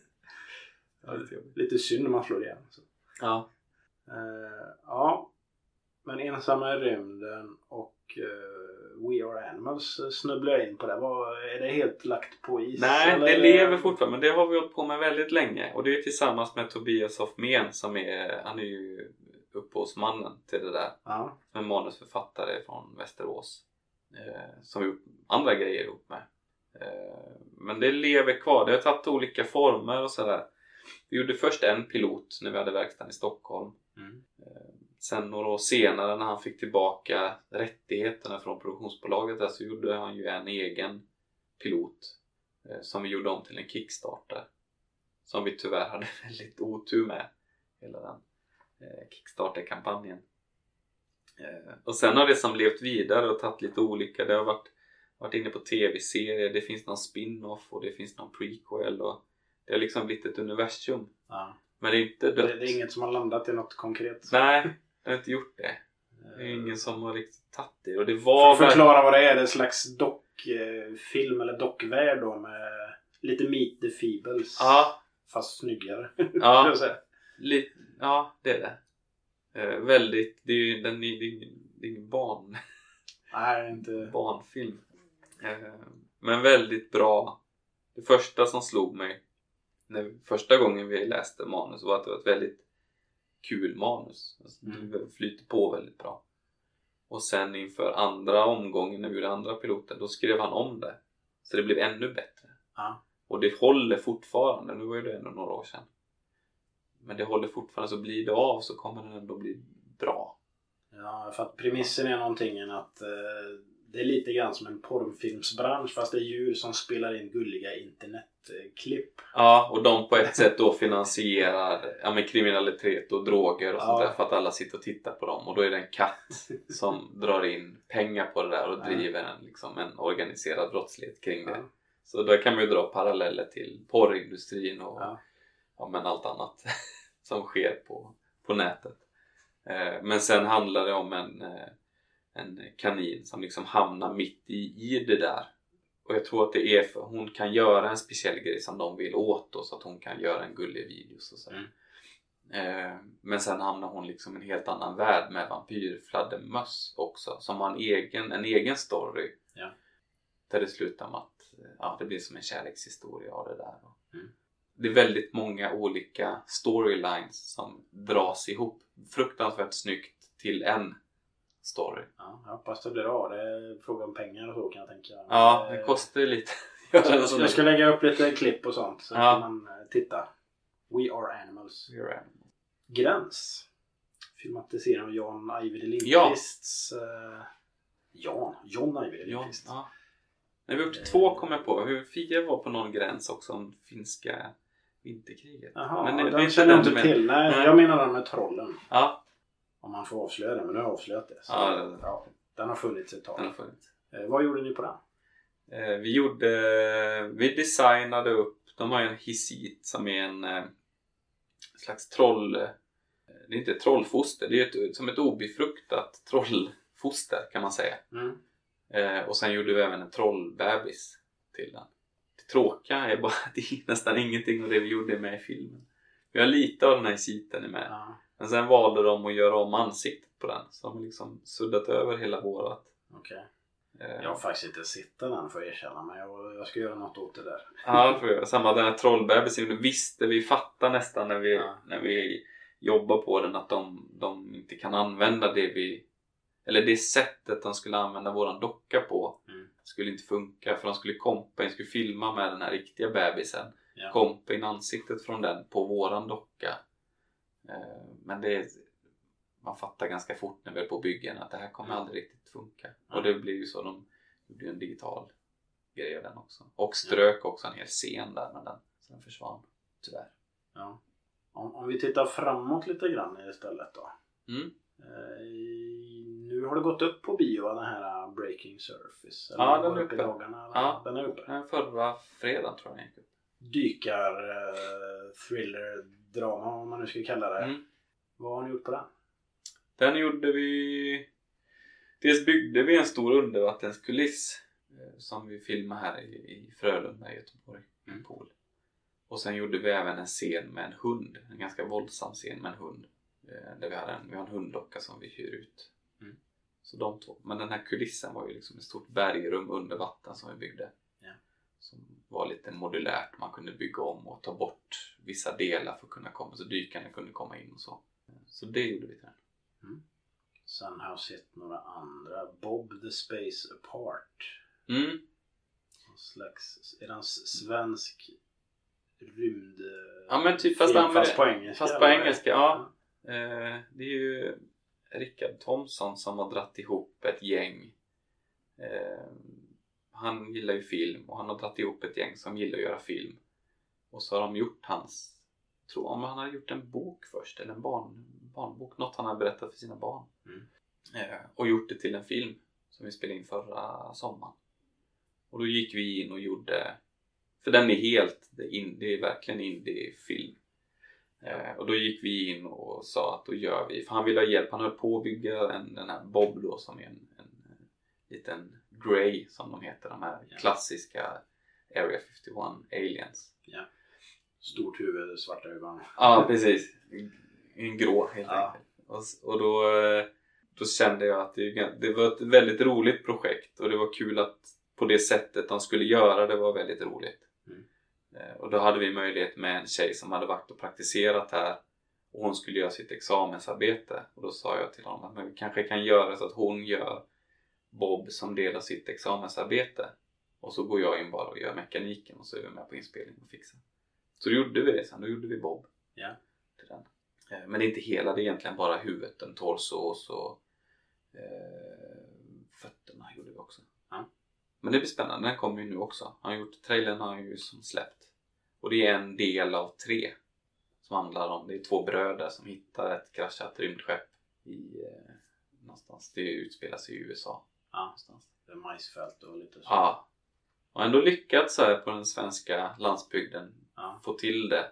Ja, lite jobbigt. Lite synd när man slår igen. Så. Ja. Eh, ja, men Ensamma i rymden och uh, We Are Animals uh, snubblar jag in på det. Vad, är det helt lagt på is? Nej, eller? det lever fortfarande. Men det har vi hållit på med väldigt länge. Och det är tillsammans med Tobias Hoffmen som är, han är ju upphovsmannen till det där. Ja, Som en manusförfattare från Västerås. Eh, som vi gjort andra grejer ihop med. Eh, men det lever kvar. Det har tagit olika former och sådär. Vi gjorde först en pilot när vi hade verkstaden i Stockholm. mm. Sen några år senare när han fick tillbaka rättigheterna från produktionsbolaget där, så gjorde han ju en egen pilot eh, som vi gjorde om till en Kickstarter. Som vi tyvärr hade väldigt otur med. Hela den eh, Kickstarter-kampanjen. Eh, och sen har det som levt vidare och tagit lite olika. Det har varit, varit inne på tv-serier. Det finns någon spin-off och det finns någon prequel. Och det har liksom blivit ett universum. Ja. Men det är inte dött. Det, det är inget som har landat i något konkret. Nej, jag har inte gjort det. Det är Eh, ingen som har riktigt tagit det. Och det För var att förklara vad det är. Det är en slags dockfilm eller dockvärld då med lite Meet the Feebles. Ja, Fast snyggare. ja, Jag säga. li... ja, det är det. Eh, väldigt, det är ju den, det är ingen, det är ingen barn, Nej, inte... barnfilm. Eh, men väldigt bra. Det första som slog mig när första gången vi läste manus var att det var ett väldigt kul manus. Alltså, Mm. det flyter på väldigt bra. Och sen inför andra omgången när vi gjorde andra piloten, då skrev han om det. Så det blev ännu bättre. Ja. Och det håller fortfarande. Nu var ju det ändå några år sedan. Men det håller fortfarande. Så blir det av så kommer den ändå bli bra. Ja, för att premissen är någonting att eh, det är lite grann som en porrfilmsbransch fast det är djur som spelar in gulliga internetklipp. Ja, och de på ett sätt då finansierar ja, med kriminalitet och droger och Ja. sånt där för att alla sitter och tittar på dem. Och då är det en katt som drar in pengar på det där och Ja. driver en, liksom, en organiserad brottslighet kring det. Ja. Så där kan man ju dra paralleller till porrindustrin och Ja. ja, men allt annat som sker på, på nätet. Eh, men sen handlar det om en, eh, en kanin som liksom hamnar mitt i, i det där. Och jag tror att det är för hon kan göra en speciell grej som de vill åt då, så att hon kan göra en gullig video så att säga. Mm. Eh, men sen hamnar hon liksom i en helt annan värld med vampyrfladdermöss också. Som har en egen, en egen story. Ja. Där det slutar med att ja, det blir som en kärlekshistoria av det där. Mm. Det är väldigt många olika storylines som dras ihop. Fruktansvärt snyggt till en story. Ja, jag hoppas det blir av. Det är fråga om pengar och så kan jag tänka. Ja, Men, det eh, kostar ju lite. Jag, jag ska lägga upp lite klipp och sånt så Ja. kan man eh, titta. We are animals. Gräns. Filmatisering av Jan Ajvide Lindqvists... Ja. Eh, Jan. John Ajvide Ja, Lindqvist. ja. När vi har gjort två kommer jag på. Hur Fia var på någon gräns också om finska vinterkriget. Jaha, Men det- den det är inte känner jag den inte med. till. Nej, Nej. jag menar den med trollen. Ja, Om man får avslöja det, men nu har jag avslöjat det. Så, Ja, det- ja, den har funnits ett tag. den har funnits. Eh, vad gjorde ni på den? Eh, vi gjorde, vi designade upp, de har ju en hisit som är en eh, slags troll, eh, det är inte ett trollfoster, det är ett, som ett obefruktat trollfoster kan man säga. Mm. Eh, och sen gjorde vi även en trollbebis till den. Det tråkiga är bara att det är nästan ingenting av det vi gjorde med i filmen. Vi har lite av den här hisiten med. Ja, Men sen valde de att göra om ansiktet på den. Så de har liksom suddat över hela vårat. okej. Eh, Jag har faktiskt inte sett den för att erkänna, men jag, jag ska göra något åt det där. Ja, för jag. Samma den här trollbebisen visste vi fattar nästan när vi, Ja. när vi jobbar på den att de, de inte kan använda det vi, eller det sättet de skulle använda våran docka på Mm. skulle inte funka, för de skulle kompa in, skulle filma med den här riktiga bebisen, Ja. kompa in ansiktet från den på våran docka. Eh, men det är, man fattar ganska fort när vi är på byggen att det här kommer aldrig riktigt funka. Ja. Och det blir ju så, de gjorde ju en digital grej av den också. Och strök också en hel scen där med den. Så den försvann, tyvärr. Ja. Om, om vi tittar framåt lite grann istället då. Mm. Eh, nu har det gått upp på bio den här Breaking Surface. Eller Ja, går den är upp i uppe. dagarna. Ja. Den är uppe. Den förra fredagen tror jag den gick upp. Dykar, eh, thriller, drama om man nu ska kalla det. Mm. Vad har ni gjort på den? Den gjorde vi... Dels byggde vi en stor undervattenskuliss eh, som vi filmade här i, i Frölunda i Göteborg. I en pool. Och sen gjorde vi även en scen med en hund. En ganska våldsam scen med en hund. Eh, där vi har en, vi har en hunddocka som vi hyr ut. Mm. Så de två. Men den här kulissen var ju liksom ett stort bergrum under vatten som vi byggde. Ja. Som var lite modulärt. Man kunde bygga om och ta bort vissa delar för att kunna komma. Så dykarna kunde komma in och så. Så det gjorde vi till den. Mm. Sen har jag sett några andra. Bob the Space Apart. Mm. Någon slags, är det en svensk rymd... Ja men typ fast, film, amer- fast på engelska. Fast på eller? engelska, ja. Eh, det är ju Rickard Thomson som har dratt ihop ett gäng. Eh, han gillar ju film och han har dratt ihop ett gäng som gillar att göra film. Och så har de gjort hans, tror om han har gjort en bok först, eller en barn, barnbok, något han har berättat för sina barn. Mm. Eh, och gjort det till en film som vi spelade in förra sommaren. Och då gick vi in och gjorde, för den är helt, det är, in, det är verkligen indie-film. Eh, och då gick vi in och sa att då gör vi, för han ville ha hjälp, han höll på att bygga en, den här Bob då som är en, en, en liten Grey som de heter, de här Ja. klassiska Area femtioett aliens. Ja. Stort huvud, svarta ögon. Ja, precis. En grå helt Ja. enkelt. Och, och då, då kände jag att det, det var ett väldigt roligt projekt och det var kul att på det sättet de skulle göra det var väldigt roligt. Mm. Eh, och då hade vi möjlighet med en tjej som hade varit och praktiserat här. Och hon skulle göra sitt examensarbete. Och då sa jag till honom att men vi kanske kan göra så att hon gör Bob som del av sitt examensarbete. Och så går jag in bara och gör mekaniken och så är vi med på inspelning och fixar. Så då gjorde vi det sen. Då gjorde vi Bob. Ja. Till den. Eh, men det är inte hela. Det är egentligen bara huvudet, en torso och så eh, fötterna gjorde vi också. Ja. Men det blir spännande. Den kommer ju nu också. Han har gjort, trailern har han ju som släppt. Och det är en del av tre. Som handlar om, det är två bröder som hittar ett kraschat rymdskepp i eh, någonstans. Det utspelar sig i U S A. Ja. Någonstans. Det är majsfält och lite så. Ja. Och ändå lyckats så här på den svenska landsbygden Ja. få till det.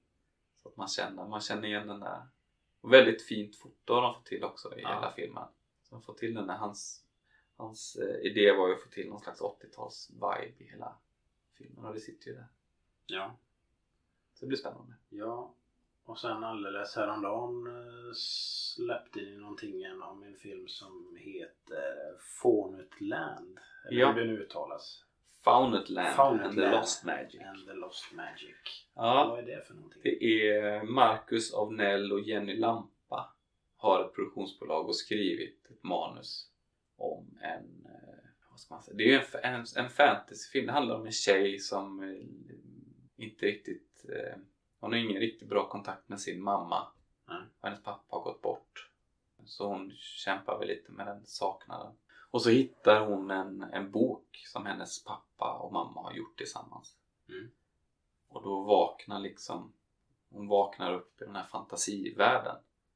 Så att man känner, man känner igen den där. Och väldigt fint foto har de fått till också i Ja. hela filmen. Så de får till den där, hans, hans eh, idé var ju att få till någon slags åttio-tals vibe i hela filmen. Och det sitter ju där. Ja. Så det blir spännande. Ja. Och sen alldeles häromdagen eh, släppte ni någonting om en film som heter Faunetland. Eller Ja. hur det nu uttalas. Faunetland, Faunetland and the Lost Magic. And the Lost Magic. Ja. Vad är det för någonting? Det är Marcus Avnell och Jenny Lampa har ett produktionsbolag och skrivit ett manus om en, eh, vad ska man säga, det är en, en, en fantasyfilm. Det handlar om en tjej som eh, inte riktigt, eh, hon har ingen riktigt bra kontakt med sin mamma. Mm. Hennes pappa har gått bort. Så hon kämpar väl lite med den saknaden. Och så hittar hon en, en bok som hennes pappa och mamma har gjort tillsammans. Mm. Och då vaknar liksom, hon vaknar upp i den här fantasivärlden.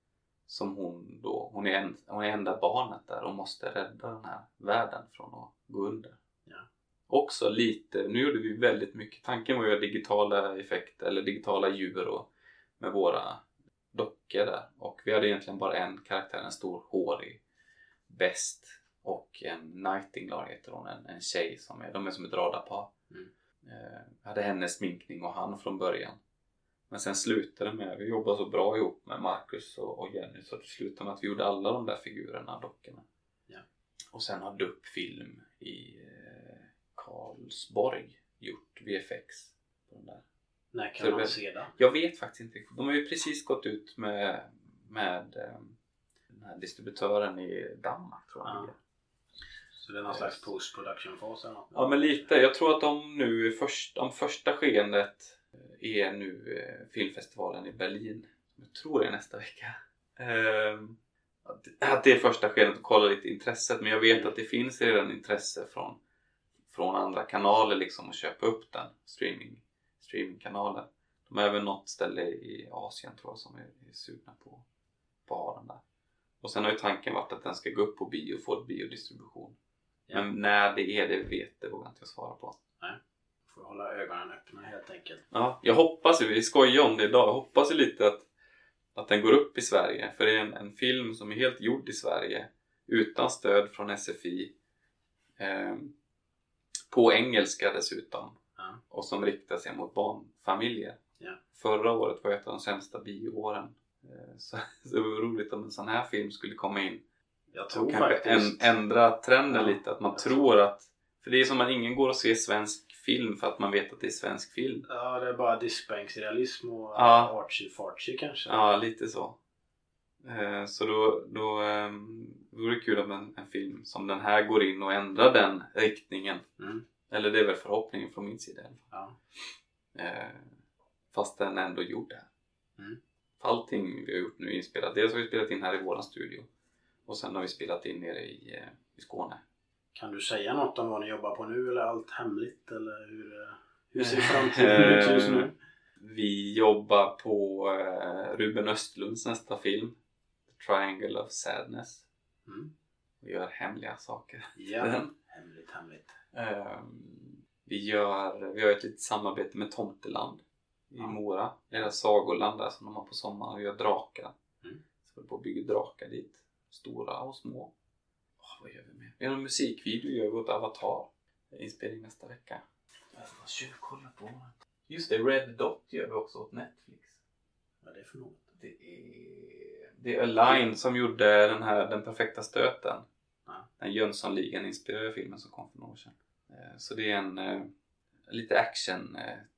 Som hon då, hon är, en, hon är enda barnet där och måste rädda den här världen från att gå under. Ja. Också lite, nu gjorde vi väldigt mycket, tanken var ju digitala effekter eller digitala djur och, med våra dockor där. Och vi hade egentligen bara en karaktär, en stor hårig bäst och en Nightingale heter hon, en, en tjej som är, de är som ett radarpar. Mm. Eh, hade hennes sminkning och han från början. Men sen slutade det med, vi jobbade så bra ihop med Marcus och, och Jenny så det slutade med att vi gjorde alla de där figurerna, dockorna. Ja. Och sen har Dupp Film i eh, Karlsborg gjort V F X på den där. När kan Så man det- se det? Jag vet faktiskt inte riktigt. De har ju precis gått ut med, med eh, den här distributören i Danmark tror jag. Ja. Så det är någon slags post-production-fas eller något? Ja men lite. Jag tror att de nu först, om första skeendet är nu eh, filmfestivalen i Berlin. Jag tror det är nästa vecka. Eh, att, att det är första skedet och kolla lite intresset. Men jag vet Mm. att det finns redan intresse från, från andra kanaler liksom att köpa upp den. Streaming, streamingkanaler. De har även något ställe i Asien tror jag som är, är sugna på, på att ha den där. Och sen har ju tanken varit att den ska gå upp på bio och få ett biodistribution. Ja. Men när det är det vet det vågar inte jag svara på. Nej. Får hålla ögonen öppna helt enkelt. Ja, jag hoppas ju, vi skojar om det idag, jag hoppas ju lite att, att den går upp i Sverige. För det är en, en film som är helt gjord i Sverige. Utan stöd från S F I. Eh, på engelska dessutom. Ja. Och som riktar sig mot barnfamiljer. Ja. Förra året var ett av de sämsta bioåren. Eh, så, så det var roligt om en sån här film skulle komma in. Jag Och tror kanske faktiskt... en, ändra trenden Ja, lite. Att man jag tror att... För det är som att ingen går och ser svensk film för att man vet att det är svensk film. Ja, det är bara diskbänksrealism och Ja. artsy-fartsy kanske. Ja, lite så. Eh, så då, då eh, vore det kul om en, en film som den här går in och ändrar den riktningen. Mm. Eller det är väl förhoppningen från min sida i alla fall. Ja. Eh, fast den ändå gjord det här. Mm. För allting vi har gjort nu är inspelat. Dels har vi spelat in här i våran studio. Och sen har vi spelat in nere i, eh, i Skåne. Kan du säga något om vad ni jobbar på nu eller är allt hemligt? Eller hur, eh, hur ser framtiden ut just nu? Vi jobbar på eh, Ruben Östlunds nästa film. The Triangle of Sadness. Mm. Vi gör hemliga saker. Ja, Den. hemligt, hemligt. Ehm, vi, gör, vi har ett litet samarbete med Tomteland i Ja. Mora. Deras sagoland där som de har på sommaren. Vi gör drakar. Mm. Så vi på att bygga drakar dit. Stora och små. Åh, vad gör vi mer? Vi gör en musikvideo, gör vi åt Avatar. Inspelning nästa vecka. Jag får tjuvkolla på den. Just det, Red Dot gör vi också åt Netflix. Vad är det för något? Det är, det är Align som gjorde den här Den perfekta stöten. Ja. Den Jönssonligan inspirerade filmen som kom för några år sedan. Eh, Så det är en eh, lite action eh,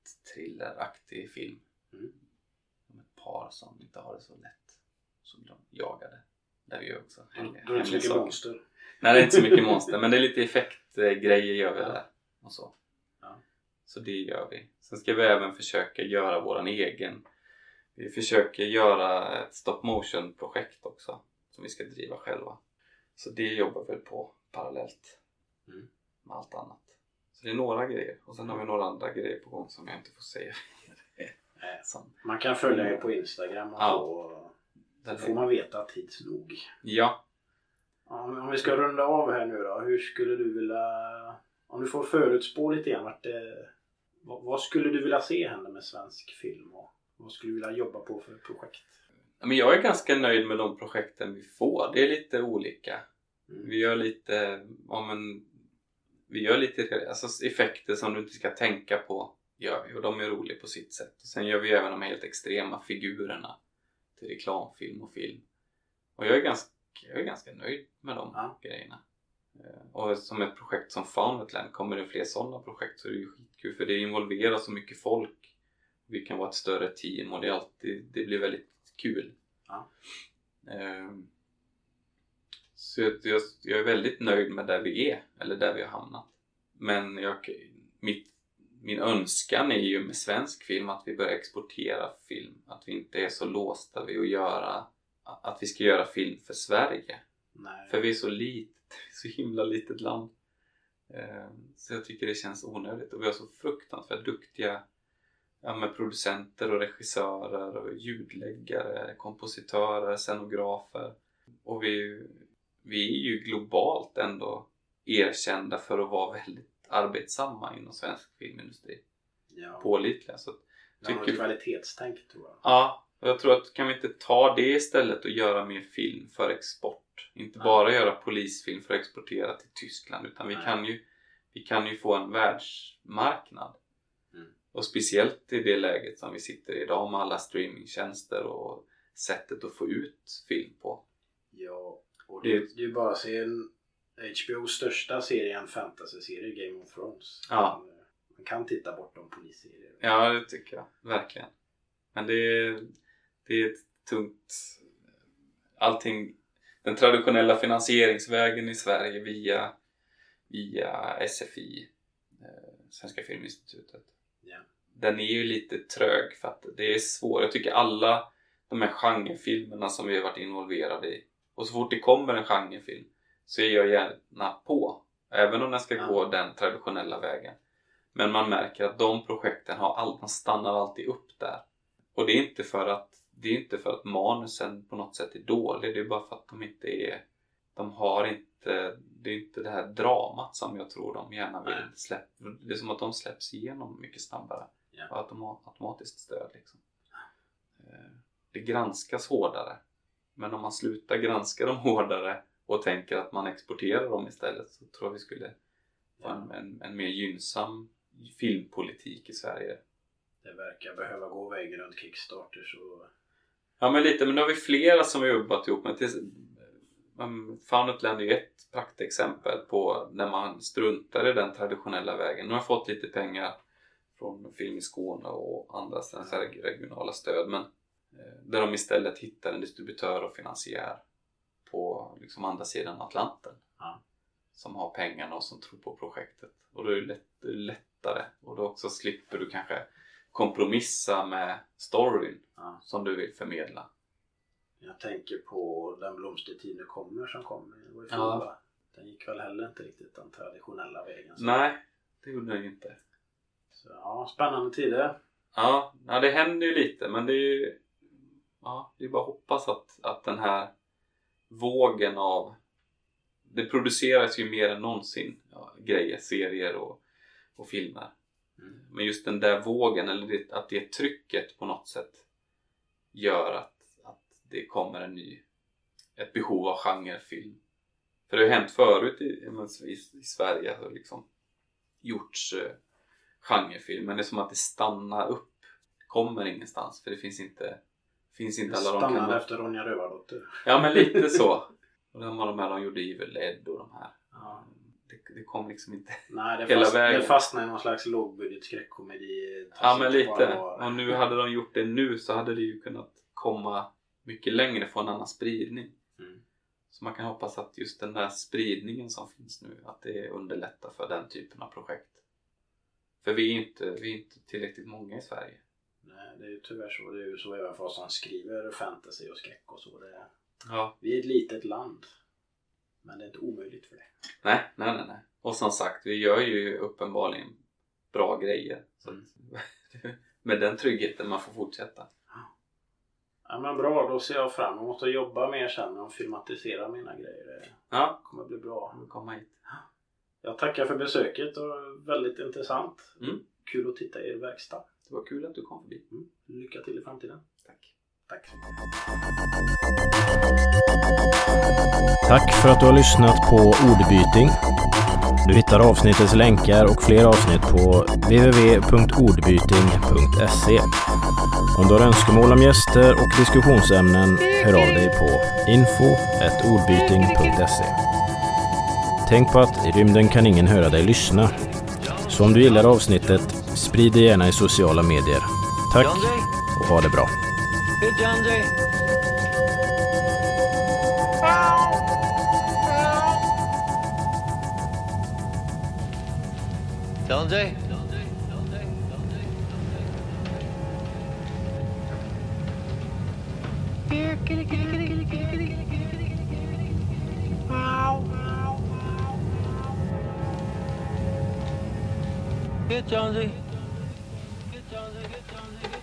thrilleraktig film. Mm. Om ett par som inte har det så lätt. Som de jagade. Där vi också. Då är det inte så mycket monster. Nej, det är inte så mycket monster. Men det är lite effektgrejer gör vi Ja. där. Och så. Ja. Så det gör vi. Sen ska vi även försöka göra våran egen. Vi försöker göra ett stop motion projekt också. Som vi ska driva själva. Så det jobbar vi på parallellt. Mm. Med allt annat. Så det är några grejer. Och sen har vi några andra grejer på gång som jag inte får säga. som, Man kan följa er på Instagram och Ja. så, så får man veta tids nog. Ja. Ja, men om vi ska runda av här nu då. Hur skulle du vilja... Om du får förutspå lite grann. Vart det, vad, vad skulle du vilja se hända med svensk film? Och vad skulle du vilja jobba på för projekt? Men jag är ganska nöjd med de projekten vi får. Det är lite olika. Mm. Vi gör lite... Ja, men, vi gör lite alltså, effekter som du inte ska tänka på. Gör vi, och de är roliga på sitt sätt. Och sen gör vi även de helt extrema figurerna. Till reklamfilm och film. Och jag är ganska, jag är ganska nöjd med de Ja. grejerna. Och som ett projekt som Foundland kommer det fler sådana projekt så är det ju skitkul för det involverar så mycket folk. Vi kan vara ett större team och det är alltid, det blir väldigt kul. Ja. Um, så jag, jag, jag är väldigt nöjd med där vi är eller där vi har hamnat. Men jag, mitt, min önskan är ju med svensk film att vi börjar exportera film. Att vi inte är så låsta vid att göra, att vi ska göra film för Sverige. Nej. För vi är så litet, så himla litet land. Så jag tycker det känns onödigt. Och vi har så fruktansvärt duktiga ja, med producenter och regissörer och ljudläggare, kompositörer, scenografer. Och vi, vi är ju globalt ändå erkända för att vara väldigt arbetsamma inom svensk filmindustri. Ja. Pålitliga. Så Det har tycker, något kvalitetstänk tror jag. ja, och jag tror att kan vi inte ta det istället och göra mer film för export. Inte Nej. bara göra polisfilm för att exportera till Tyskland utan vi Nej. kan, ju, vi kan ju få en världsmarknad. Mm. Och speciellt i det läget som vi sitter i idag med alla streamingtjänster och sättet att få ut film på. Ja, och det, Det- det är ju bara att se en H B O:s största serie, en fantasy-serie, Game of Thrones. Ja. Man, man kan titta bortom polisserier. Ja, det tycker jag. Verkligen. Men det är, det är ett tungt... Allting... Den traditionella finansieringsvägen i Sverige via, via S F I, eh, Svenska Filminstitutet. Ja. Den är ju lite trög för att det är svårt. Jag tycker alla de här genrefilmerna som vi har varit involverade i. Och så fort det kommer en genrefilm så är jag gärna på. Även om den ska Ja. gå den traditionella vägen. Men man märker att de projekten har all, de stannar alltid upp där. Och det är inte för att det är inte för att manusen på något sätt är dålig. Det är bara för att de inte är... De har inte... Det är inte det här dramat som jag tror de gärna vill Nej. släppa. Det är som att de släpps igenom mycket snabbare. Ja. Och automa- automatiskt stöd liksom. Eh, Det granskas hårdare. Men om man slutar granska dem hårdare och tänker att man exporterar dem istället så tror jag vi skulle få en, en, en mer gynnsam filmpolitik i Sverige. Det verkar behöva gå vägen runt Kickstarter så... Ja men lite, men nu har vi flera som vi har jobbat ihop med. Till, um, Foundland är ju ett praktexempel på när man struntar i den traditionella vägen. Nu har jag fått lite pengar från Film i Skåne och andra så här regionala stöd. Men eh, där de istället hittar en distributör och finansiär på liksom andra sidan Atlanten. Ja. Som har pengarna och som tror på projektet. Och då är det, lätt, det är lättare. Och då också slipper du kanske kompromissa med storyn Ja. som du vill förmedla. Jag tänker på Den blomstertid nu kommer som kommer. Det var ju Ja. ja. va? Den gick väl heller inte riktigt den traditionella vägen. Så. Nej, det gjorde den ju inte. Så, ja, spännande tider. Ja, ja, det händer ju lite men det är ju... Ja, det är bara att hoppas att, att den här vågen av... Det produceras ju mer än någonsin ja, grejer, serier och, och filmer. Mm. Men just den där vågen, eller det, att det trycket på något sätt gör att, att det kommer en ny, ett behov av genrefilm. För det har hänt förut i, i, i Sverige, har liksom gjorts eh, genrefilm, men det är som att det stannar upp, kommer ingenstans, för det finns inte, finns inte alla de Stannade kanaler. efter Ronja Rövardotter. Ja men lite så. Och de var de här de gjorde Evil Ed och de här. Ja. det, det kom liksom inte Nej, det, hela fast, vägen. det fastnade i någon slags lågbudget skräckkomedi. Ja, men lite. Och nu hade de gjort det nu så hade det ju kunnat komma mycket längre, få en annan spridning. Mm. Så man kan hoppas att just den där spridningen som finns nu, att det underlättar för den typen av projekt. För vi är inte, vi är inte tillräckligt många i Sverige. Nej, det är ju tyvärr så. Det är ju så även för oss som skriver fantasy och skräck och så. Det är, Ja. vi är ett litet land. Men det är inte omöjligt för det. Nej, nej, nej, nej. Och som sagt, vi gör ju uppenbarligen bra grejer. Så Mm. att, med den tryggheten man får fortsätta. Ja, men bra, då ser jag fram emot att jobba mer sen och filmatisera mina grejer. Det Ja, kommer bli bra. vi kommer hit. Jag tackar för besöket och väldigt intressant. Mm. Kul att titta i er verkstad. Det var kul att du kom förbi. Mm. Lycka till i framtiden. Tack. Tack. Tack för att du har lyssnat på Ordbyting. Du hittar avsnittets länkar och fler avsnitt på w w w punkt ordbyting punkt se. Om du har önskemål om gäster och diskussionsämnen, hör av dig på info at ordbyting punkt se. Tänk på att i rymden kan ingen höra dig lyssna. Så om du gillar avsnittet, sprid det gärna i sociala medier. Tack och ha det bra. John Jay. Here, kitty, kitty, kitty, kitty, kitty, kitty, kitty, kitty, kitty. Wow, wow, wow. Get John Jay. Get John Jay, get John Jay.